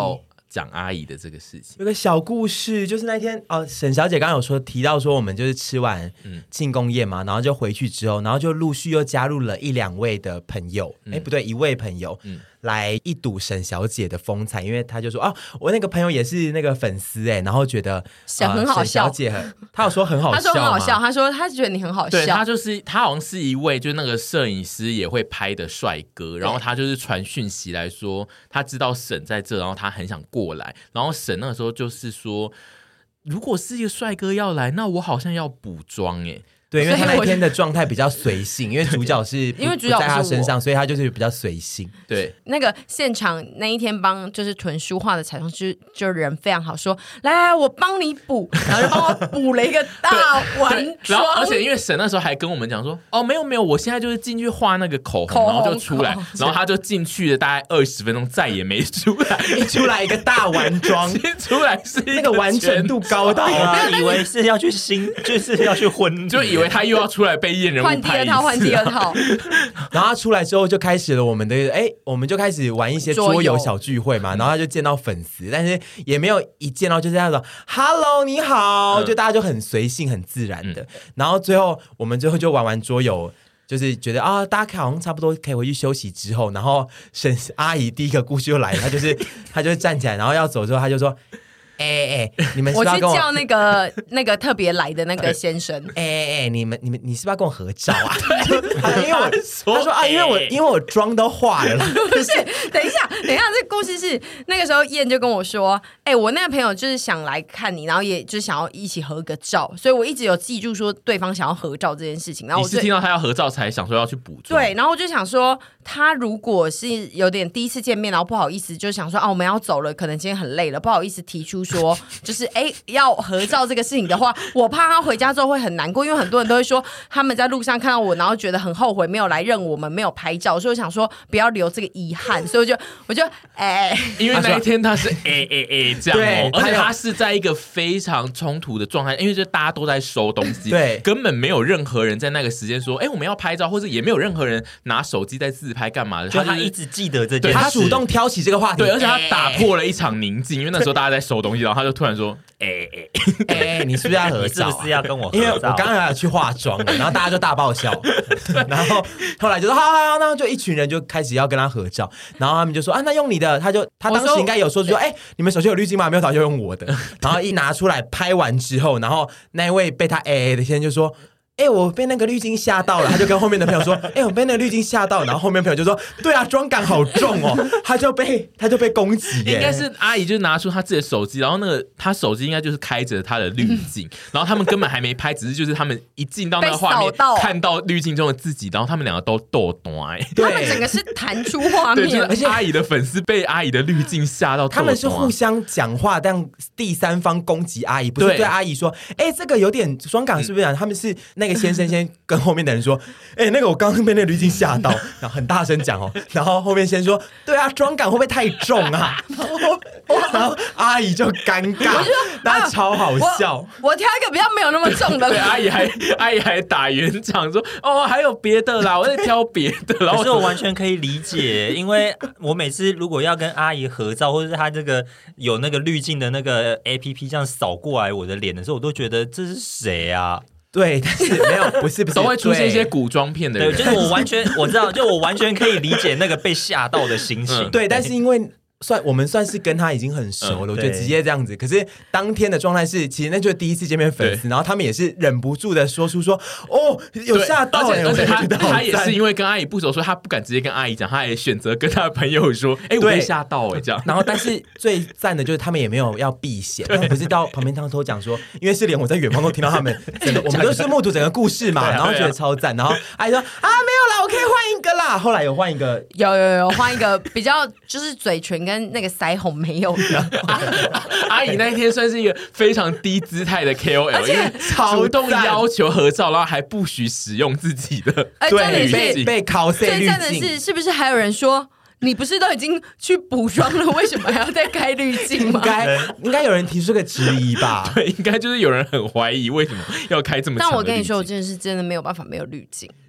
讲阿姨的这个事情。 有个小故事，就是那天沈小姐刚刚有提到说，我们就是吃完庆功宴嘛，然后就回去之后，然后就陆续又加入了1-2位的朋友，不对，1位朋友。来一睹沈小姐的风采，因为她就说我那个朋友也是那个粉丝然后觉得很好笑，沈小姐她有说很好笑， 她说很好笑，她说她觉得你很好笑， 对，她好像是一位就是那个摄影师也会拍的帅哥，然后他就是传讯息来说他知道沈在这，然后他很想过来，然后沈那个时候就是说，如果是一个帅哥要来，那我好像要补妆对，因为他那天的状态比较随性，因为主角是因为主角在他身上，所以他就是比较随性。 对， 那个现场那一天帮就是屯书画的彩妆师就人非常好，说来我帮你补，然后就帮我补了一个大完妆。 然后而且因为沈那时候还跟我们讲说，没有，我现在就是进去画那个口红，然后就出来，然后他就进去了大概20分钟，再也没出来， 一出来一个大完妆， 出来是那个完整度高到以为是要去就是要去婚， 就以为他又要出来被验人物拍换第二套， 然后他出来之后就开始了我们的我们就开始玩一些桌游小聚会嘛，然后他就见到粉丝，但是也没有一见到就这样说 Hello 你好，就大家就很随性很自然的，然后我们最后就玩完桌游。就是觉得大家好像差不多可以回去休息之后，然后沈阿姨第一个故事就来了，她就站起来，然后要走之后，她就说：“你们是不是要跟我去叫那个特别来的那个先生， 你是不是要跟我合照啊？因为他说因为我妆都化了。 不是，等一下，这故事是那个时候燕就跟我说，我那个朋友就是想来看你，然后也就是想要一起合个照，所以我一直有记住说对方想要合照这件事情。然后你是听到他要合照才想说要去补妆， 对，然后我就想说，他如果是有点第一次见面，然后不好意思，就想说我们要走了，可能今天很累了，不好意思提出说就是要合照这个事情的话，我怕他回家之后会很难过，因为很多人都会说他们在路上看到我，然后觉得很后悔没有来认我们，没有拍照，所以我想说不要留这个遗憾，所以我就因为那一天他是这样而且他是在一个非常冲突的状态，因为就大家都在收东西， 对， 根本没有任何人在那个时间说我们要拍照，或者也没有任何人拿手机在自拍干嘛的， 就他一直记得这件事， 他主动挑起这个话题， 对，而且他打破了一场宁静，因为那时候大家在收东西，然后他就突然说你是不是要合照？ 你是不是要跟我合照？ 因为我刚刚要去化妆了，然后大家就大爆笑，然后后来就说好，然后就一群人就开始要跟他合照，然后他们就说那用你的，他当时应该有说你们手机有滤镜吗？没有，他就用我的，然后一拿出来拍完之后，然后那一位被他的先生就说。我被那个滤镜吓到了，他就跟后面的朋友说，我被那个滤镜吓到，然后后面朋友就说，对啊，妆感好重他就被攻击应该是阿姨就拿出他自己的手机，然后他手机应该就是开着他的滤镜，然后他们根本还没拍，只是就是他们一进到那个画面看到滤镜中的自己，然后他们两个都逗短， 他们整个是弹出画面， 对，而且阿姨的粉丝被阿姨的滤镜吓到， 他们是互相讲话，但第三方攻击阿姨，不是对阿姨说，这个有点妆感是不是？他们是那个先生先跟后面的人说，那个我刚刚被那个滤镜吓到，然后很大声讲然后后面先说，对啊，妆感会不会太重啊？然后阿姨就尴尬，那超好笑。 我挑一个比较没有那么重的， 对，阿姨还打圆场说，还有别的啦，我在挑别的。然后可是我完全可以理解，因为我每次如果要跟阿姨合照，或者是她这个有那个滤镜的那个 APP 这样扫过来我的脸的时候，我都觉得这是谁啊？ 对，但是没有，不是都会出现一些古装片的人， 对，就是我知道，就我完全可以理解那个被吓到的心情。 对，但是因为我们算是跟他已经很熟了，我觉得直接这样子。可是当天的状态是，其实那就是第一次见面粉丝，然后他们也是忍不住的说出说，有吓到， 而且他也是因为跟阿姨不熟，所以他不敢直接跟阿姨讲，他也选择跟他的朋友说，我被吓到这样。 然后，但是最赞的就是他们也没有要避嫌，他们不是到旁边偷讲说，因为是连我在远方都听到他们我们都是目睹整个故事嘛，然后觉得超赞。然后阿姨说没有啦，我可以换一个啦。后来有换一个， 有换一个比较就是嘴唇跟那个腮红没有的。 阿姨那一天算是一个非常低姿态的 KOL， 而且主动要求合照，然后还不许使用自己的， 对，被 cos 滤镜。 最赞的是不是还有人说？你不是都已经去补妆了，为什么还要再开滤镜吗？ 应该有人提出个质疑吧？ 对，应该就是有人很怀疑为什么要开这么长的滤镜。 但我跟你说，我真的没有办法没有滤镜。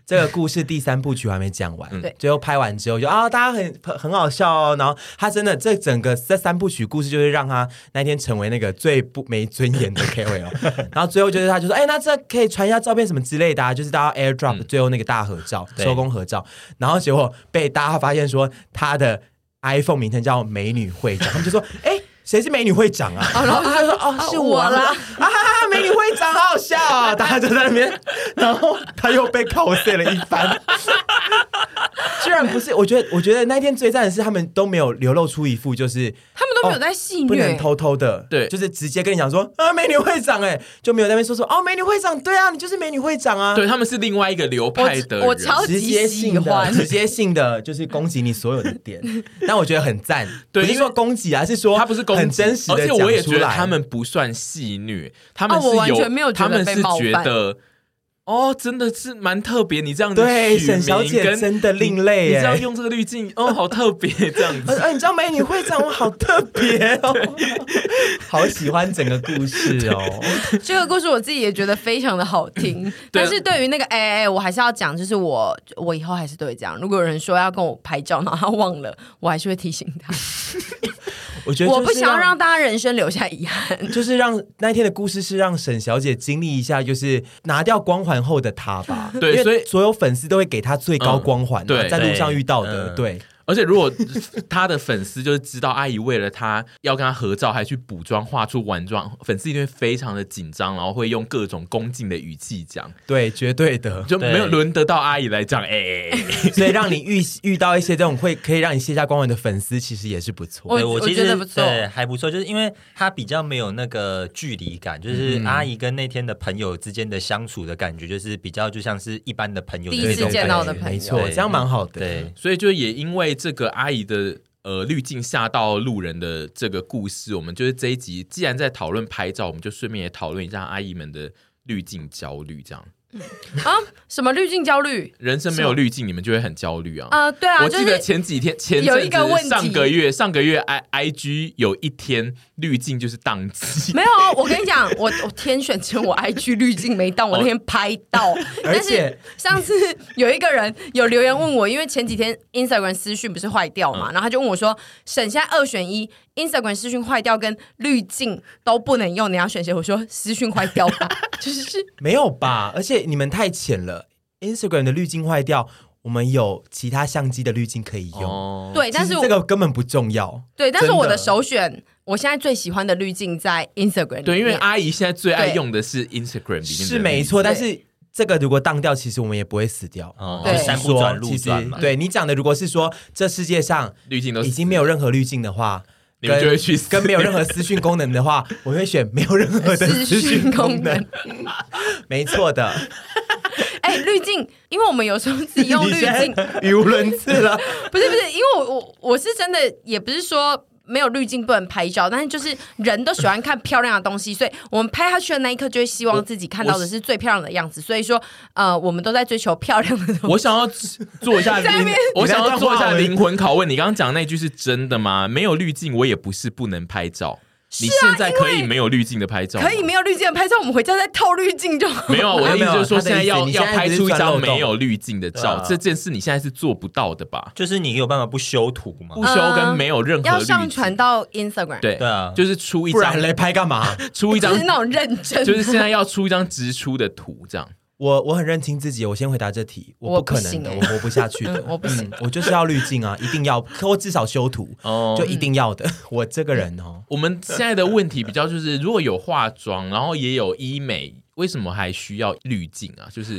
这个故事第3部曲我还没讲完， 对， 最后拍完之后就大家很好笑哦，然后他真的这整个这3部曲故事就是让他那天成为那个最不没尊严的 KOL， 然后最后就是他就说，那这可以传一下照片什么之类的啊，就是大家 AirDrop 最后那个大合照，收工合照，然后结果被大家发现说他的 iPhone 名称叫美女会长，他们就说，谁是美女会长啊？然后他就说，是我啦！美女会长，好好笑啊！大家就在那边，然后他又被cos了一番。居然不是，我觉得那天最赞的是他们都没有流露出一副就是他们都没有在戏虐， 不能偷偷的， 对， 就是直接跟你讲说美女会长，就没有在那边说美女会长，对啊，你就是美女会长啊。 对，他们是另外一个流派的人， 我超级喜欢， 直接性的就是攻击你所有的点，但我觉得很赞。对，不是说攻击啊，是说他不是攻击， 很真实的讲出来。 而且我也觉得他们不算戏虐，他们是我完全没有觉得被冒犯， 他们是觉得。真的是蛮特别，你这样对沈小姐真的另类你这样用这个滤镜好特别这样子。 你知道美女会长我好特别好喜欢整个故事这个故事我自己也觉得非常的好听，但是对于那个我还是要讲，就是我以后还是都会这样。如果有人说要跟我拍照，然后他忘了，我还是会提醒他。 我觉得我不想要让大家人生留下遗憾， 就是让那天的故事是让沈小姐经历一下，就是拿掉光环后的她吧。 对，所以所有粉丝都会给她最高光环，对，在路上遇到的，对。 而且如果他的粉丝就是知道阿姨为了他要跟他合照，还去补妆化出完妆，粉丝一定会非常的紧张，然后会用各种恭敬的语气讲。 对，绝对的， 就没有轮得到阿姨来讲所以让你遇到一些这种可以让你卸下光环的粉丝，其实也是不错。 对，我其实觉得不错， 对，还不错，就是因为他比较没有那个距离感，就是阿姨跟那天的朋友之间的相处的感觉，就是比较就像是一般的朋友的第一次见到的朋友， 没错，这样蛮好的。 对， 所以就也因为这个阿姨的滤镜吓到路人的这个故事，我们就是这一集既然在讨论拍照，我们就顺便也讨论一下阿姨们的滤镜焦虑，这样。 什么滤镜焦虑？ 人生没有滤镜，你们就会很焦虑啊！ 对啊， 我记得前阵子上个月 IG 有一天滤镜就是宕机。 没有，我跟你讲，我天选成我 IG 滤镜没到，我那天拍到。但是上次有一个人有留言问我，因为前几天 Instagram 私讯不是坏掉嘛，然后他就问我说：“沈现在2选1。” Instagram 私讯坏掉跟滤镜都不能用，你要选谁？我说私讯坏掉吧，就是没有吧？而且你们太浅了 ，Instagram 的滤镜坏掉，我们有其他相机的滤镜可以用。 对，但是这个根本不重要。 对，但是我的首选，我现在最喜欢的滤镜在 Instagram 里面。 对，因为阿姨现在最爱用的是 Instagram 里面的是没错，但是。这个如果当掉，其实我们也不会死掉。 对，山不转路转嘛。 对，你讲的，如果是说这世界上滤镜都已经没有任何滤镜的话， 你们就会去死。 跟没有任何私讯功能的话，我会选没有任何的私讯功能。没错的。 滤镜，因为我们有时候自己用滤镜， 语无伦次了。 不是，因为我是真的，也不是说。没有滤镜不能拍照，但是就是人都喜欢看漂亮的东西，所以我们拍下去的那一刻就会希望自己看到的是最漂亮的样子。所以说，我们都在追求漂亮的东西。 我想要做一下灵魂拷问，你刚刚讲的那句是真的吗？没有滤镜，我也不是不能拍照。你现在可以没有滤镜的拍照， 可以没有滤镜的拍照，我们回家再套滤镜就好。 没有，我的意思就是说，现在要拍出一张没有滤镜的照，这件事你现在是做不到的吧？ 就是你有办法不修图吗？ 不修跟没有任何要上传到 Instagram。 对啊， 就是出一张， 不然来拍干嘛？ 出一张就是那种认真， 就是现在要出一张直出的图这样。 我很认清自己，我先回答这题，我不可能的，我活不下去的， 我不行， 我就是要滤镜啊，一定要，或至少修图，就一定要的。我这个人我们现在的问题比较就是，如果有化妆，然后也有医美，为什么还需要滤镜啊？就是，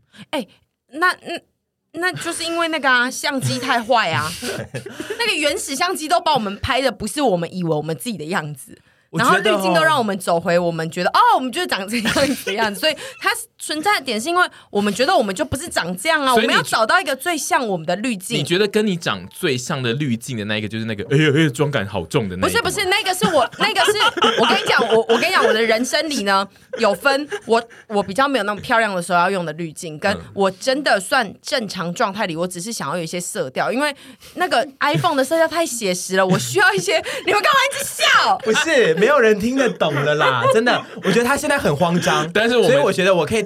那就是因为那个相机太坏啊，那个原始相机都把我们拍的不是我们以为我们自己的样子。然后滤镜都让我们走回我们觉得我们就是长这样子的样子，所以它存在的点是因为我们觉得我们就不是长这样啊，我们要找到一个最像我们的滤镜。 你觉得跟你长最像的滤镜的那一个就是那个妆感好重的那个？ 不是，那个是我跟你讲，我跟你讲，我的人生里呢有分我比较没有那么漂亮的时候要用的滤镜，跟我真的算正常状态里，我只是想要有一些色调，因为那个 iPhone 的色调太写实了，我需要一些。你们干嘛一直笑？ 不是。没有人听得懂的啦，真的，我觉得他现在很慌张， 但是所以我觉得我可以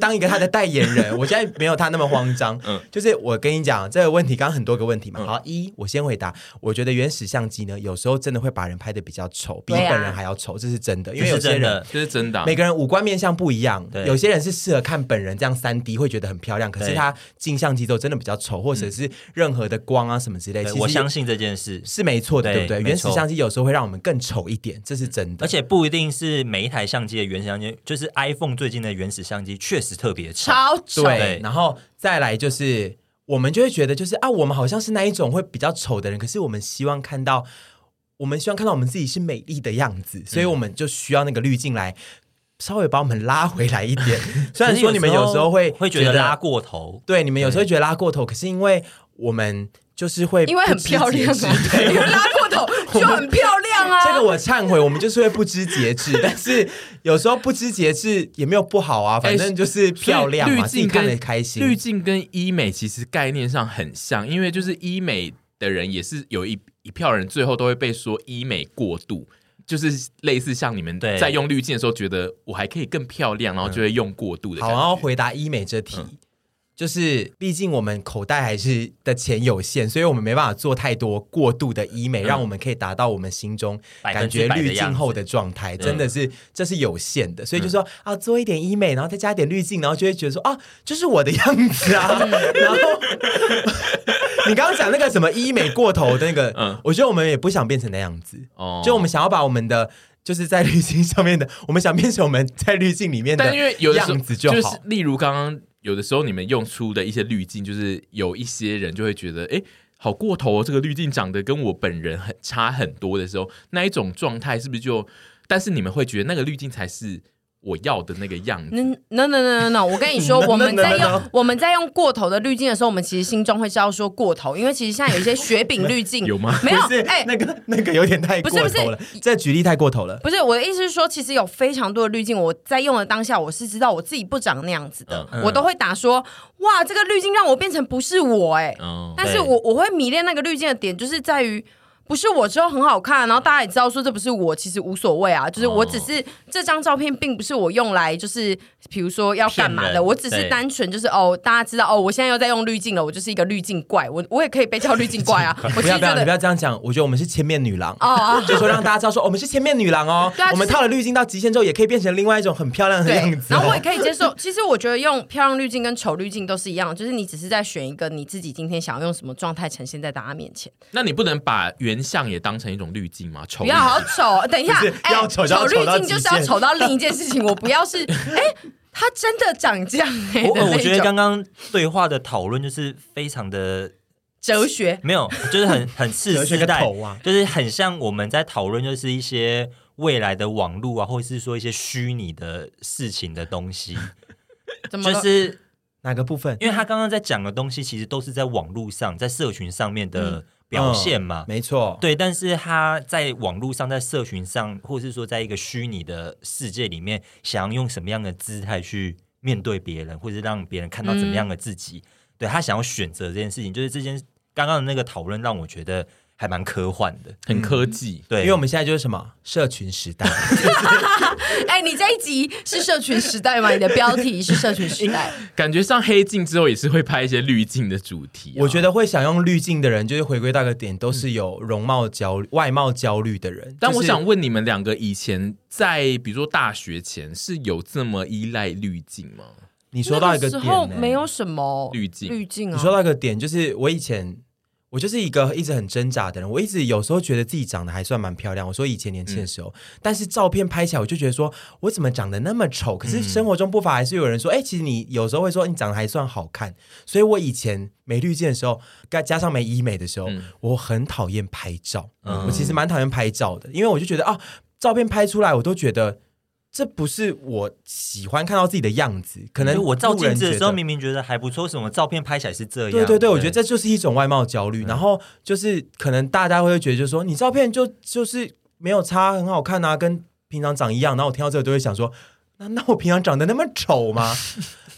当一个他的代言人，我现在没有他那么慌张。就是我跟你讲这个问题，刚刚很多个问题嘛。好，我先回答。我觉得原始相机呢，有时候真的会把人拍得比较丑，比本人还要丑，这是真的。因为有些人这是真的， 每个人五官面相不一样，有些人是适合看本人这样3D 会觉得很漂亮，可是他进相机之后真的比较丑，或者是任何的光啊什么之类。其实我相信这件事是没错的，对不对？原始相机有时候会让我们更丑一点，这是真的。 而且不一定是每一台相机的原始相机，就是 iPhone 最近的原始相机确实特别丑， 超丑。 对，然后再来就是我们就会觉得就是我们好像是那一种会比较丑的人，可是我们希望看到我们自己是美丽的样子，所以我们就需要那个滤镜来稍微把我们拉回来一点。虽然说你们有时候会觉得拉过头， 对，你们有时候会觉得拉过头，可是因为我们就是会因为很漂亮啊，因为拉过头就很漂亮啊。 这个我忏悔，我们就是会不知节制，但是有时候不知节制也没有不好啊，反正就是漂亮嘛，自己看得开心。 滤镜跟医美其实概念上很像，因为就是医美的人也是有一票人最后都会被说医美过度。就是类似像你们在用滤镜的时候，觉得我还可以更漂亮，然后就会用过度的感觉。 好，然后回答医美这题，就是毕竟我们口袋还是的钱有限，所以我们没办法做太多过度的医美，让我们可以达到我们心中感觉滤镜后的状态，真的是这是有限的。所以就说做一点医美，然后再加一点滤镜，然后就会觉得说就是我的样子啊。然后你刚刚讲那个什么医美过头的那个，我觉得我们也不想变成那样子。就我们想要把我们的就是在滤镜上面的，我们想变成我们在滤镜里面的样子就好。 就是例如刚刚有的时候你们用出的一些滤镜，就是有一些人就会觉得好过头这个滤镜长得跟我本人差很多的时候，那一种状态是不是就？但是你们会觉得那个滤镜才是我要的那个样子。 No， 我跟你说，我们在用过头的滤镜的时候，我们其实心中会知道说过头，因为其实现在有一些雪饼滤镜有吗？ 没有， 那个有点太过头了，这举例太过头了。 不是，我的意思是说，其实有非常多的滤镜，我在用的当下，我是知道我自己不长那样子的，我都会打说，哇，这个滤镜让我变成不是我但是我会迷恋那个滤镜的点，就是在于。不是我之后很好看，然后大家也知道说这不是我，其实无所谓啊。就是我只是这张照片并不是我用来就是比如说要干嘛的，我只是单纯就是大家知道我现在又在用滤镜了，我就是一个滤镜怪，我也可以被叫滤镜怪啊。 不要你不要这样讲，我觉得我们是千面女郎就说让大家知道说我们是千面女郎哦。我们套了滤镜到极限之后，也可以变成另外一种很漂亮的样子。 然后我也可以接受。其实我觉得用漂亮滤镜跟丑滤镜都是一样，就是你只是在选一个你自己今天想要用什么状态呈现在大家面前。 那你不能把原相也当成一种滤镜吗？丑不要好丑，等一下， 丑滤镜就是要丑到另一件事情。我不要是他真的长这样我觉得刚刚对话的讨论就是非常的哲学， 没有，就是很次世代，就是很像我们在讨论就是一些未来的网络啊，或者是说一些虚拟的事情的东西。就是哪个部分？ 因为他刚刚在讲的东西，其实都是在网络上，在社群上面的表现嘛， 没错， 对。但是他在网络上，在社群上，或是说在一个虚拟的世界里面，想要用什么样的姿态去面对别人，或是让别人看到怎么样的自己，对他想要选择这件事情，就是这件刚刚的那个讨论，让我觉得还蛮科幻的， 很科技。 对， 因为我们现在就是什么社群时代。 你这一集是社群时代吗？你的标题是社群时代， 感觉上黑镜之后也是会拍一些滤镜的主题。 我觉得会想用滤镜的人，就是回归到一个点，都是有容貌焦虑、外貌焦虑的人。 但我想问你们两个，以前在比如说大学前是有这么依赖滤镜吗？ 你说到一个点， 那时候没有什么滤镜啊。 你说到一个点，就是我就是一个一直很挣扎的人，我一直有时候觉得自己长得还算蛮漂亮。我说以前年轻的时候，但是照片拍起来我就觉得说我怎么长得那么丑？可是生活中不乏还是有人说，其实你有时候会说你长得还算好看。所以我以前没滤镜的时候，加上没医美的时候，我很讨厌拍照。我其实蛮讨厌拍照的，因为我就觉得照片拍出来我都觉得这不是我喜欢看到自己的样子，可能我照镜子的时候明明觉得还不错，什么照片拍起来是这样。 对，我觉得这就是一种外貌焦虑。然后就是可能大家会觉得就是说你照片就是没有差，很好看啊，跟平常长一样。然后我听到这个都会想说，那我平常长得那么丑吗？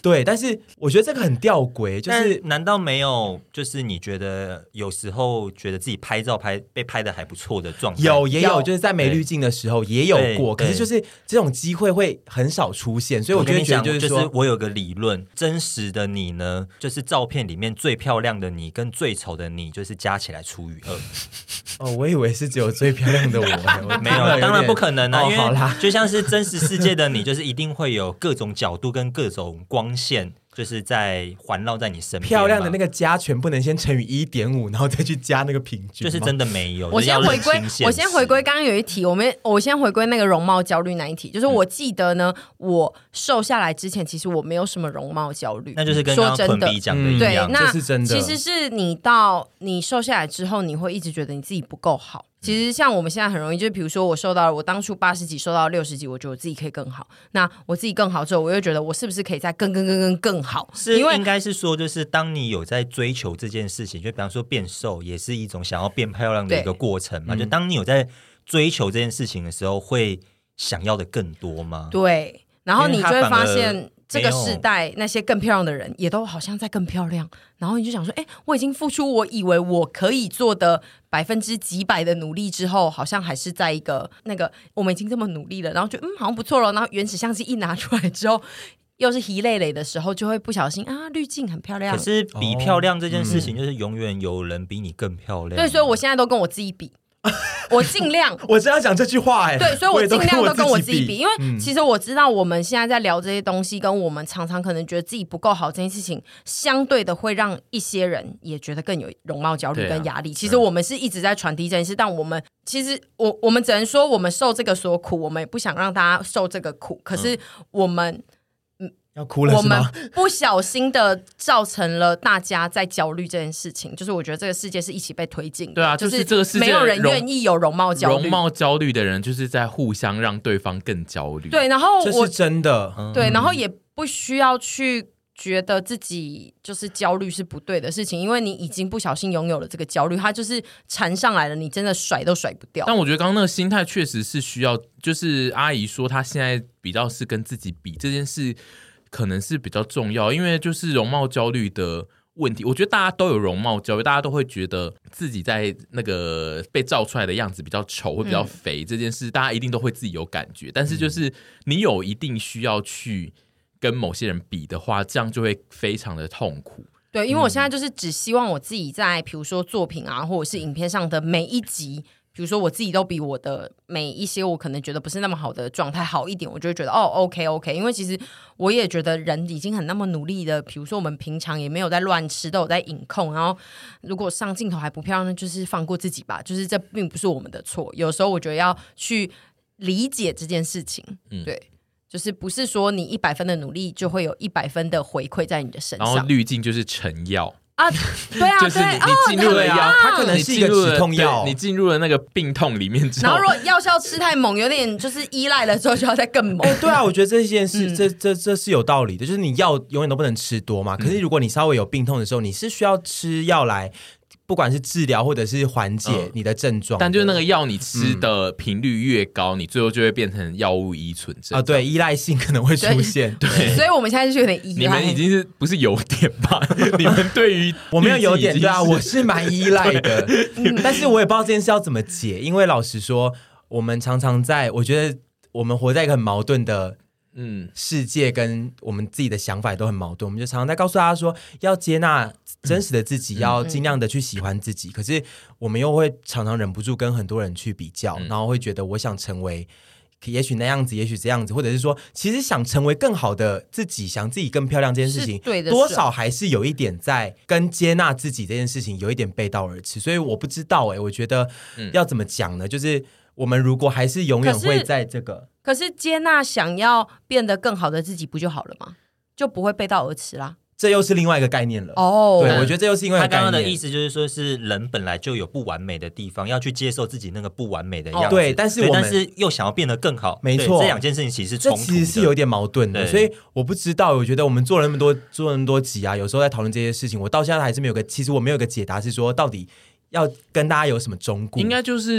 对，但是我觉得这个很吊诡，就是难道没有就是你觉得有时候觉得自己拍照被拍的还不错的状态？ 也有，就是在没滤镜的时候也有过，可是就是这种机会会很少出现，所以我就觉得就是我有个理论，真实的你呢，就是照片里面最漂亮的你跟最丑的你，就是加起来除以2。 哦，我以为是只有最漂亮的我没有，当然不可能啊，因好啦， 为就像是真实世界的你，就是一定会有各种角度跟各种光线，就是在环绕在你身边。 漂亮的那个加权不能先乘以 1.5， 然后再去加那个平均， 就是真的没有。 我先回归刚刚有一题，我先回归那个容貌焦虑那一题，就是我记得呢，我瘦下来之前，其实我没有什么容貌焦虑， 那就是跟刚刚屯比讲的一样， 对，那是真的。 其实是你瘦下来之后，你会一直觉得你自己不够好。其实像我们现在很容易，就是比如说我当初80几瘦到60几，我觉得我自己可以更好。那我自己更好之后，我又觉得我是不是可以再更好？ 是应该是说，就是当你有在追求这件事情，就比方说变瘦，也是一种想要变漂亮的一个过程嘛。就当你有在追求这件事情的时候，会想要的更多吗？ 对，然后你就会发现。这个世代那些更漂亮的人也都好像在更漂亮，然后你就想说，我已经付出我以为我可以做的几百%的努力之后，好像还是在一个我们已经这么努力了，然后就好像不错了，然后原始相机一拿出来之后，又是疲累累的时候，就会不小心滤镜很漂亮。 可是比漂亮这件事情，就是永远有人比你更漂亮。 对，所以我现在都跟我自己比。我尽量， 我真要讲这句话对，所以我尽量都跟我自己比，因为其实我知道我们现在在聊这些东西，跟我们常常可能觉得自己不够好这件事情，相对的会让一些人也觉得更有容貌焦虑跟压力。其实我们是一直在传递这件事，但我们其实我们只能说我们受这个所苦，我们也不想让大家受这个苦，可是我们。 要哭了是吗？ 我们不小心的造成了大家在焦虑这件事情，就是我觉得这个世界是一起被推进的。 对啊，就是这个世界没有人愿意有容貌焦虑。 容貌焦虑的人就是在互相让对方更焦虑。 对，然后这是真的。 对，然后也不需要去觉得自己就是焦虑是不对的事情，因为你已经不小心拥有了这个焦虑，它就是缠上来了，你真的甩都甩不掉。 但我觉得刚刚那个心态确实是需要，就是阿姨说她现在比较是跟自己比这件事。可能是比较重要，因为就是容貌焦虑的问题，我觉得大家都有容貌焦虑，大家都会觉得自己在那个被照出来的样子比较丑或比较肥这件事，大家一定都会自己有感觉。但是就是你有一定需要去跟某些人比的话，这样就会非常的痛苦。 对，因为我现在就是只希望我自己在比如说作品啊，或者是影片上的每一集。比如说我自己都比我的每一些我可能觉得不是那么好的状态好一点，我就会觉得OK， 因为其实我也觉得人已经很那么努力的，比如说我们平常也没有在乱吃，都有在饮控，然后如果上镜头还不漂亮，那就是放过自己吧，就是这并不是我们的错。有时候我觉得要去理解这件事情，对，就是不是说你100分的努力就会有100分的回馈在你的身上， 然后滤镜就是成药。 对啊， 就是你进入了药， 它可能是一个止痛药， 你进入了那个病痛里面之后， 然后如果药效吃太猛，有点就是依赖了之后，就要再更猛。 对啊，我觉得这件事，这是有道理的，就是你药永远都不能吃多嘛。可是如果你稍微有病痛的时候，你是需要吃药来。不管是治疗或者是缓解你的症状， 但就是那个药你吃的频率越高，你最后就会变成药物依存症啊， 对，依赖性可能会出现。 对， 所以我们现在就是有点依赖。 你们已经是不是有点吧？你们对于我没有点，对啊，我是蛮依赖的，但是我也不知道这件事要怎么解，因为老实说，我们常常我觉得我们活在一个很矛盾的。世界跟我们自己的想法也都很矛盾，我们就常常在告诉大家说要接纳真实的自己，要尽量的去喜欢自己，可是我们又会常常忍不住跟很多人去比较，然后会觉得我想成为也许那样子，也许这样子，或者是说其实想成为更好的自己，想自己更漂亮这件事情，多少还是有一点在跟接纳自己这件事情有一点背道而驰，所以我不知道我觉得要怎么讲呢，就是我们如果还是永远会在这个可是接纳想要变得更好的自己不就好了吗？就不会背道而驰啦。 这又是另外一个概念了。对，我觉得这又是另外一个概念。 他刚刚的意思就是说，是人本来就有不完美的地方，要去接受自己那个不完美的样子。 对，但是又想要变得更好， 没错， 这两件事情其实是冲突的， 这其实是有点矛盾的。所以我不知道，我觉得我们做了那么多集啊，有时候在讨论这些事情，我到现在还是没有其实我没有个解答，是说到底要跟大家有什么忠告？ 应该就是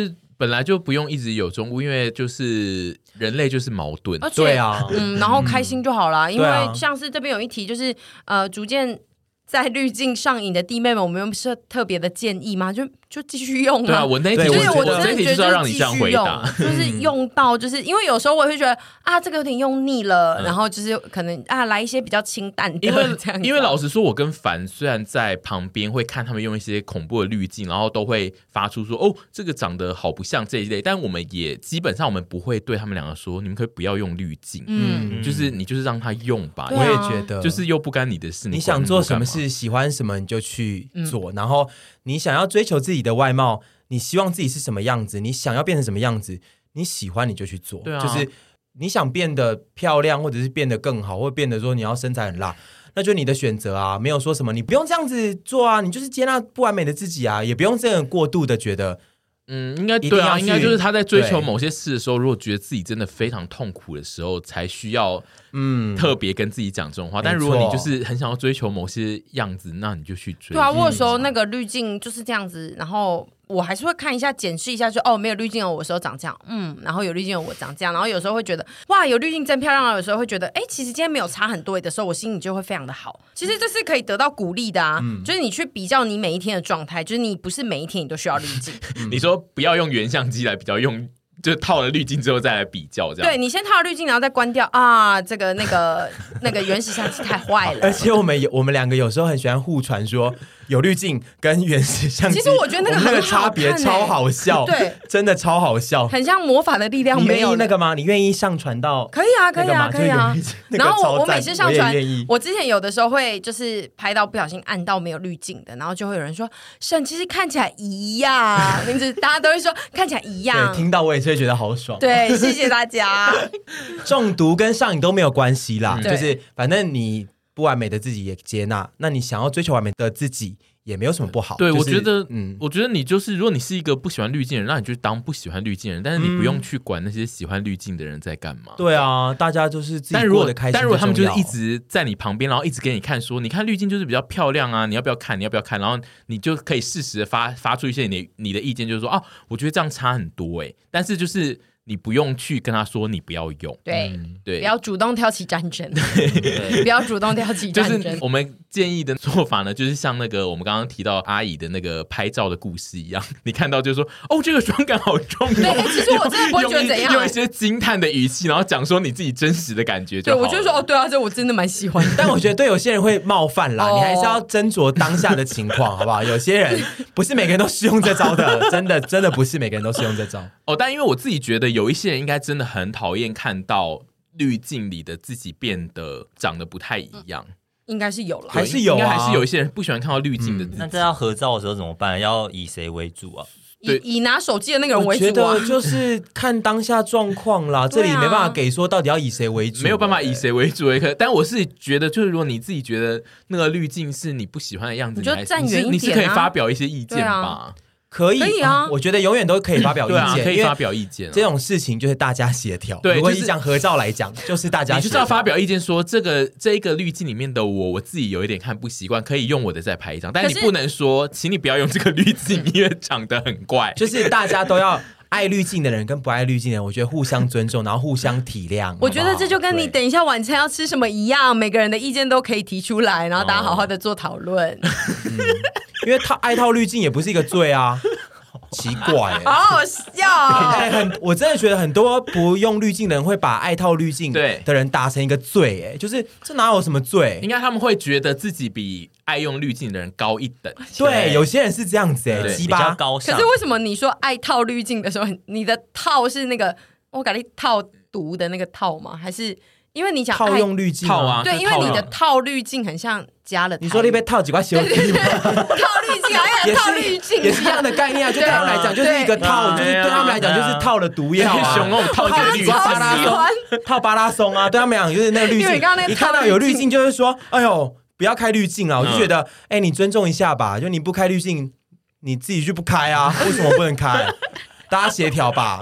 本来就不用一直有中物，因为就是人类就是矛盾， 而且对啊， 然后开心就好啦。因对啊为像是这边有一题，就是逐渐在滤镜上瘾的弟妹们，我们有是特别的建议吗？就继续用啊。 对啊，我那一题对就是我真这一题的觉得就是要让你这样回答。 就是用到，就是因为有时候我会觉得啊，这个有点用腻了，然后就是可能来一些比较清淡的， 因为这样子因为老实说，我跟凡虽然在旁边会看他们用一些恐怖的滤镜，然后都会发出说哦，这个长得好不像这一类，但我们也基本上我们不会对他们两个说，你们可以不要用滤镜，就是你就是让他用吧， 对我也啊觉得， 就是又不干你的事， 你想做什么事？ 事，喜欢什么你就去做，然后你想要追求自己的外貌，你希望自己是什么样子，你想要变成什么样子，你喜欢你就去做， 对啊就是你想变得漂亮，或者是变得更好，或者变得说你要身材很辣，那就你的选择啊，没有说什么你不用这样子做啊，你就是接纳不完美的自己啊，也不用这样过度的觉得。 应该对啊， 一定要去应该就是他在追求对某些事的时候，如果觉得自己真的非常痛苦的时候，才需要特别跟自己讲这种话。但如果你就是很想要追求某些样子，那你就去追。 对啊，我有时候那个滤镜就是这样子，然后我还是会看一下检视一下，就没有滤镜的我时候长这样，然后有滤镜的我长这样，然后有时候会觉得哇有滤镜真漂亮啊，有时候会觉得其实今天没有差很多的时候，我心里就会非常的好。其实这是可以得到鼓励的啊，就是你去比较你每一天的状态，就是你不是每一天你都需要滤镜。 你说不要用原相机来比较，用就套了滤镜之后再来比较，这样对你先套了滤镜，然后再关掉啊，这个那个原始相机太坏了。 而且我们两个有时候很喜欢互传说有滤镜跟原始相机， 其实我觉得那个很好看差别超好笑， 对， 真的超好笑， 很像魔法的力量。 你没有愿意那个吗？你愿意上传到？ 可以啊，可以啊，可以啊。然后我每次上传，我之前有的时候会就是拍到不小心按到没有滤镜的，然后就会有人说沈其实看起来一样，名字大家都会说看起来一样。 对，听到我也是会觉得好爽。 对，谢谢大家。 中毒跟上瘾都没有关系啦， 对就是反正你不完美的自己也接纳，那你想要追求完美的自己也没有什么不好。 对， 就是我觉得，我觉得你就是，如果你是一个不喜欢滤镜的人，那你就当不喜欢滤镜的人，但是你不用去管那些喜欢滤镜的人在干嘛。 对啊，大家就是自己过得开心。 但如果他们就是一直在你旁边，然后一直给你看说，你看滤镜就是比较漂亮啊，你要不要看？你要不要看？然后你就可以适时的发出一些你的意见，就是说啊，我觉得这样差很多但是就是你不用去跟他说你不要用， 对对， 不要主动挑起战争，不要主动挑起战争。 就是我们建议的做法呢，就是像那个我们刚刚提到阿姨的那个拍照的故事一样，你看到就说哦，这个妆感好重哦。 对，其实我真的不会觉得怎样， 用一些惊叹的语气，然后讲说你自己真实的感觉就好了。 对，我就说哦，对啊，这我真的蛮喜欢的。 但我觉得对有些人会冒犯啦，你还是要斟酌当下的情况，好不好？有些人不是每个人都适用这招的，真的不是每个人都适用这招。 但因为我自己觉得有一些人应该真的很讨厌看到滤镜里的自己变得长得不太一样。 应该是有了， 还是有啊， 应该还是有一些人不喜欢看到滤镜的自己。 那这要合照的时候怎么办？要以谁为主啊？ 以拿手机的那个人为主啊。 我觉得就是看当下状况啦，这里没办法给说到底要以谁为主， 没有办法以谁为主但我是觉得，就是如果你自己觉得那个滤镜是你不喜欢的样子， 你就站远一点啊， 你是可以发表一些意见吧。 可以啊，我觉得永远都可以发表意见， 可以发表意见。 这种事情就是大家协调。 对， 如果你讲合照来讲，就是大家你就是要发表意见，说这一个滤镜里面的我自己有一点看不习惯，可以用我的再拍一张，但是你不能说，请你不要用这个滤镜，因为长得很怪。 就是大家都要。爱滤镜的人跟不爱滤镜的人，我觉得互相尊重，然后互相体谅。 我觉得这就跟你等一下晚餐要吃什么一样，每个人的意见都可以提出来，然后大家好好的做讨论。 因为爱套滤镜也不是一个罪啊。奇怪好好笑我真的觉得很多不用滤镜的人会把爱套滤镜的人打成一个罪就是这哪有什么罪？ 应该他们会觉得自己比爱用滤镜的人高一等。 对，有些人是这样子比较高尚。 可是为什么你说爱套滤镜的时候，你的套是那个我给你套毒的那个套吗？还是因为你讲套用滤镜套啊？ 对，因为你的套滤镜很像加了。 你说你被套几块修机吗？ 套滤镜还有套滤镜， 也是一样的概念啊。就对他们来讲，就是一个套，就是对他们来讲就是套了毒药啊。 熊哦，套这个滤镜， 套巴拉松啊，对他们来讲就是那个滤镜。一看到有滤镜，就是说，哎呦，不要开滤镜了。我就觉得，你尊重一下吧。就你不开滤镜，你自己就不开啊。为什么不能开？大家协调吧。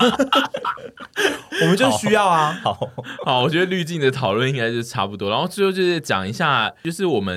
我们就需要啊。 好，我觉得滤镜的讨论应该就差不多，然后最后就是讲一下，就是我们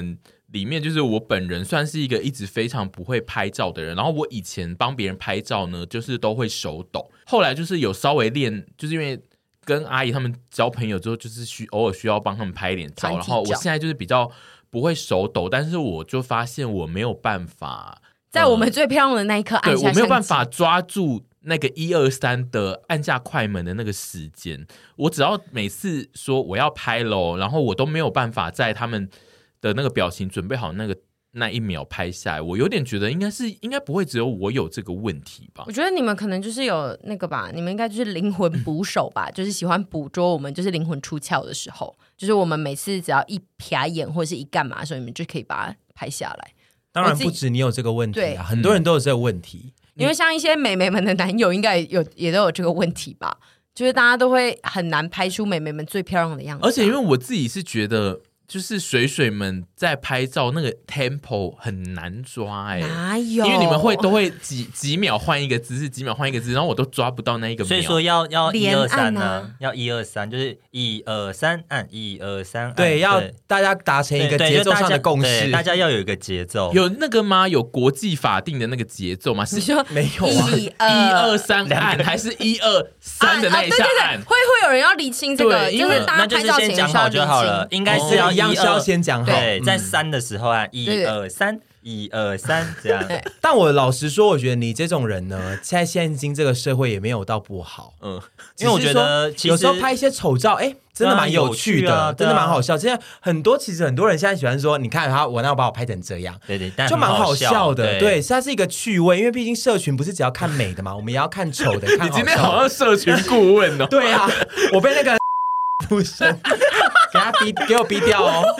里面，就是我本人算是一个一直非常不会拍照的人，然后我以前帮别人拍照呢，就是都会手抖，后来就是有稍微练，就是因为跟阿姨他们交朋友之后，就是偶尔需要帮他们拍一点照，然后我现在就是比较不会手抖，但是我就发现我没有办法在我们最漂亮的那一刻按下相机， 对，我没有办法抓住那个1、2、3的按下快门的那个时间，我只要每次说我要拍咯，然后我都没有办法在他们的那个表情准备好那一秒拍下来，我有点觉得应该不会只有我有这个问题吧。 我觉得你们可能就是有那个吧，你们应该就是灵魂捕手吧，就是喜欢捕捉我们就是灵魂出窍的时候，就是我们每次只要一瞥眼或者是一干嘛的时候，你们就可以把它拍下来。 当然不止你有这个问题对啊，很多人都有这个问题。 因为像一些美眉们的男友应该也都有这个问题吧，就是大家都会很难拍出美眉们最漂亮的样子。 而且因为我自己是觉得就是水们在拍照那个 tempo 很难抓哪有？ 因为你们都会几秒换一个姿势，几秒换一个姿势，然后我都抓不到那一个秒。 所以说要1、2、3 呢， 要1、2、3，就是1、2、3按1、2、3按。 对，要大家达成一个节奏上的共识， 大家要有一个节奏。 有那个吗？有国际法定的那个节奏吗？ 你说没有啊 ？1、 2、3按还是1、2、3的那一下按？ 会有人要理清这个，就是大家拍照前先讲好就好了，应该是要一样是要先讲好。 对，在3的时候按1、2、3。1、2、3这样。 但我老实说，我觉得你这种人呢，在现今这个社会也没有到不好。 因为我觉得有时候拍一些丑照，真的蛮有趣的，真的蛮好笑。现在其实很多人现在喜欢说，你看我把我拍成这样， 对， 就蛮好笑的。对，它是一个趣味，因为毕竟社群不是只要看美的嘛，我们也要看丑的。看好笑的。 你今天好像社群顾问哦。 对啊，我被那个不是给我逼掉哦。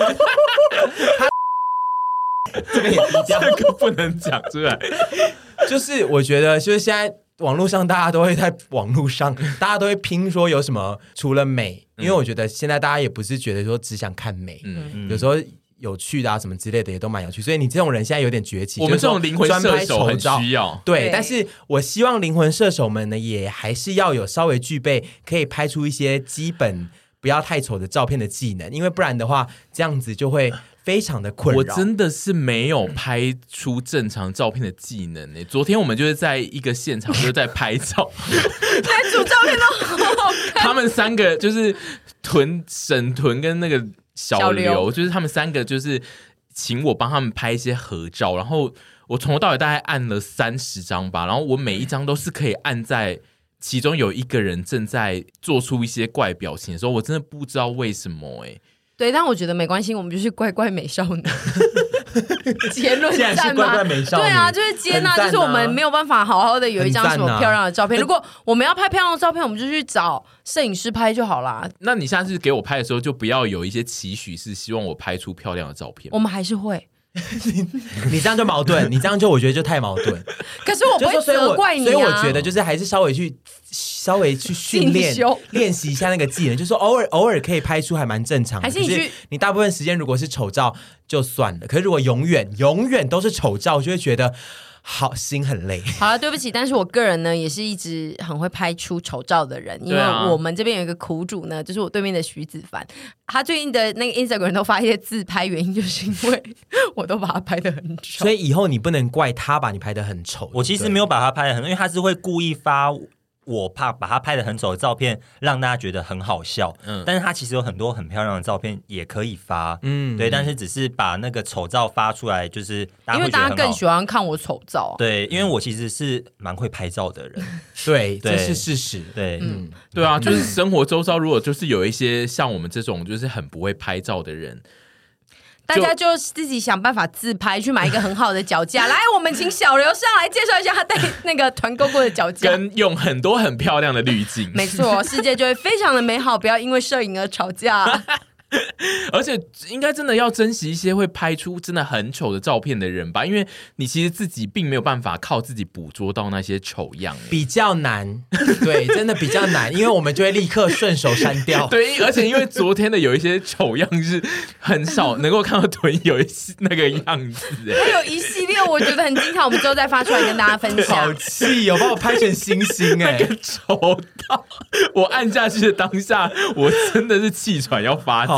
这个也低调， 这个不能讲出来。 就是我觉得，就是现在网络上大家都会在网络上，大家都会拼说有什么除了美，因为我觉得现在大家也不是觉得说只想看美，有时候有趣的什么之类的也都蛮有趣。所以你这种人现在有点崛起， 我们这种灵魂射手很需要。 对，但是我希望灵魂射手们呢，也还是要有稍微具备可以拍出一些基本不要太丑的照片的技能，因为不然的话，这样子就会非常的困扰。 我真的是没有拍出正常照片的技能昨天我们就是在一个现场，就是在拍照， 那组照片都好好看。 他们3个就是沈屯跟那个小刘，就是他们3个就是请我帮他们拍一些合照，然后我从头到尾大概按了30张吧，然后我每一张都是可以按在其中有一个人正在做出一些怪表情的时候，我真的不知道为什么对，但我觉得没关系，我们就是乖乖美少女。结论现在是乖乖美少女， 对啊，就是接纳，就是我们没有办法好好的有一张什么漂亮的照片。如果我们要拍漂亮的照片，我们就去找摄影师拍就好啦。 那你下次给我拍的时候，就不要有一些期许是希望我拍出漂亮的照片。 我们还是会。 你这样就矛盾，你这样就我觉得就太矛盾。 可是我不会责怪你所以我觉得就是还是稍微去训练习一下那个技能，就是说偶尔可以拍出还蛮正常的。 还是你大部分时间如果是丑照就算了，可是如果永远都是丑照，就会觉得好心很累。 好了，对不起，但是我个人呢也是一直很会拍出丑照的人，因为我们这边有一个苦主呢，就是我对面的徐子凡，他最近的那个 Instagram 都发一些自拍，原因就是因为我都把他拍得很丑， 所以以后你不能怪他把你拍得很丑。 我其实没有把他拍得很，因为他是会故意发我怕把他拍得很丑的照片让大家觉得很好笑，但是他其实有很多很漂亮的照片也可以发，对，但是只是把那个丑照发出来，就是因为大家更喜欢看我丑照， 对，因为我其实是蛮会拍照的人， 对，这是事实， 对， 对啊，就是生活周遭如果就是有一些像我们这种就是很不会拍照的人。 大家就自己想办法自拍，去买一个很好的脚架。来，我们请小刘上来介绍一下他带那个团购过的脚架， 跟用很多很漂亮的滤镜。 没错，世界就会非常的美好，不要因为摄影而吵架。 而且应该真的要珍惜一些会拍出真的很丑的照片的人吧，因为你其实自己并没有办法靠自己捕捉到那些丑样， 比较难。对，真的比较难，因为我们就会立刻顺手删掉。 对，而且因为昨天的有一些丑样是很少能够看到臀有那个样子， 还有一系列我觉得很精彩，我们之后再发出来跟大家分享。 好气哦，把我拍成星星那个丑到我按下去的当下，我真的是气喘要发作。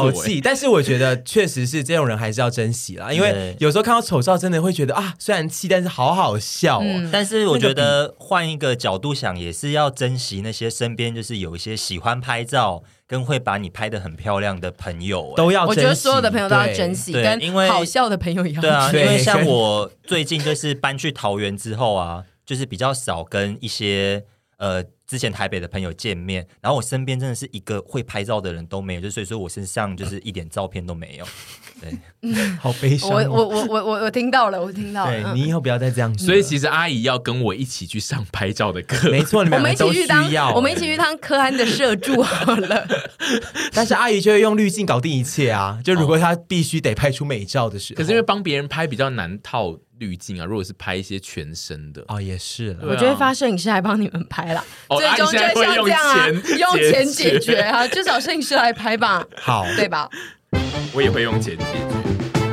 小气，但是我觉得确实是这种人还是要珍惜啦，因为有时候看到丑照真的会觉得啊，虽然气，但是好好笑哦。 但是我觉得换一个角度想，也是要珍惜那些身边就是有一些喜欢拍照跟会把你拍得很漂亮的朋友， 都要珍惜。 我觉得所有的朋友都要珍惜， 对， 跟因为好笑的朋友一样。 对啊，因为像我最近就是搬去桃园之后啊，就是比较少跟一些之前台北的朋友见面，然后我身边真的是一个会拍照的人都没有，就所以说我身上就是一点照片都没有。对， 好悲伤哦。 我听到了，我听到了。 对，你以后不要再这样子了。 所以其实阿姨要跟我一起去上拍照的课， 没错，你们我们一起去当需要， 我们一起去当柯安的社助好了。 但是阿姨就会用滤镜搞定一切啊！就如果她必须得拍出美照的时候， 可是因为帮别人拍比较难套滤镜啊，如果是拍一些全身的， 哦，也是了。 我觉得发摄影师来帮你们拍啦，最终就会像这样啊，用钱解决啊，就找摄影师来拍吧， 好， 对吧？ 我也会用钱解决。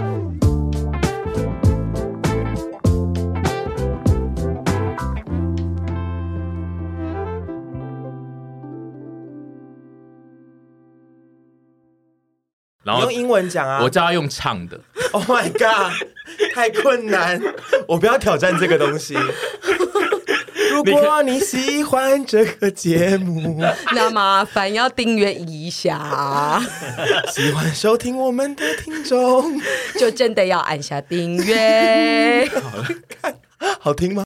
然后用英文讲啊， 我就要用唱的。 Oh my god， 太困难，我不要挑战这个东西。如果你喜欢这个节目， 那麻烦要订阅一下， 喜欢收听我们的听众， 就真的要按下订阅。 好听吗？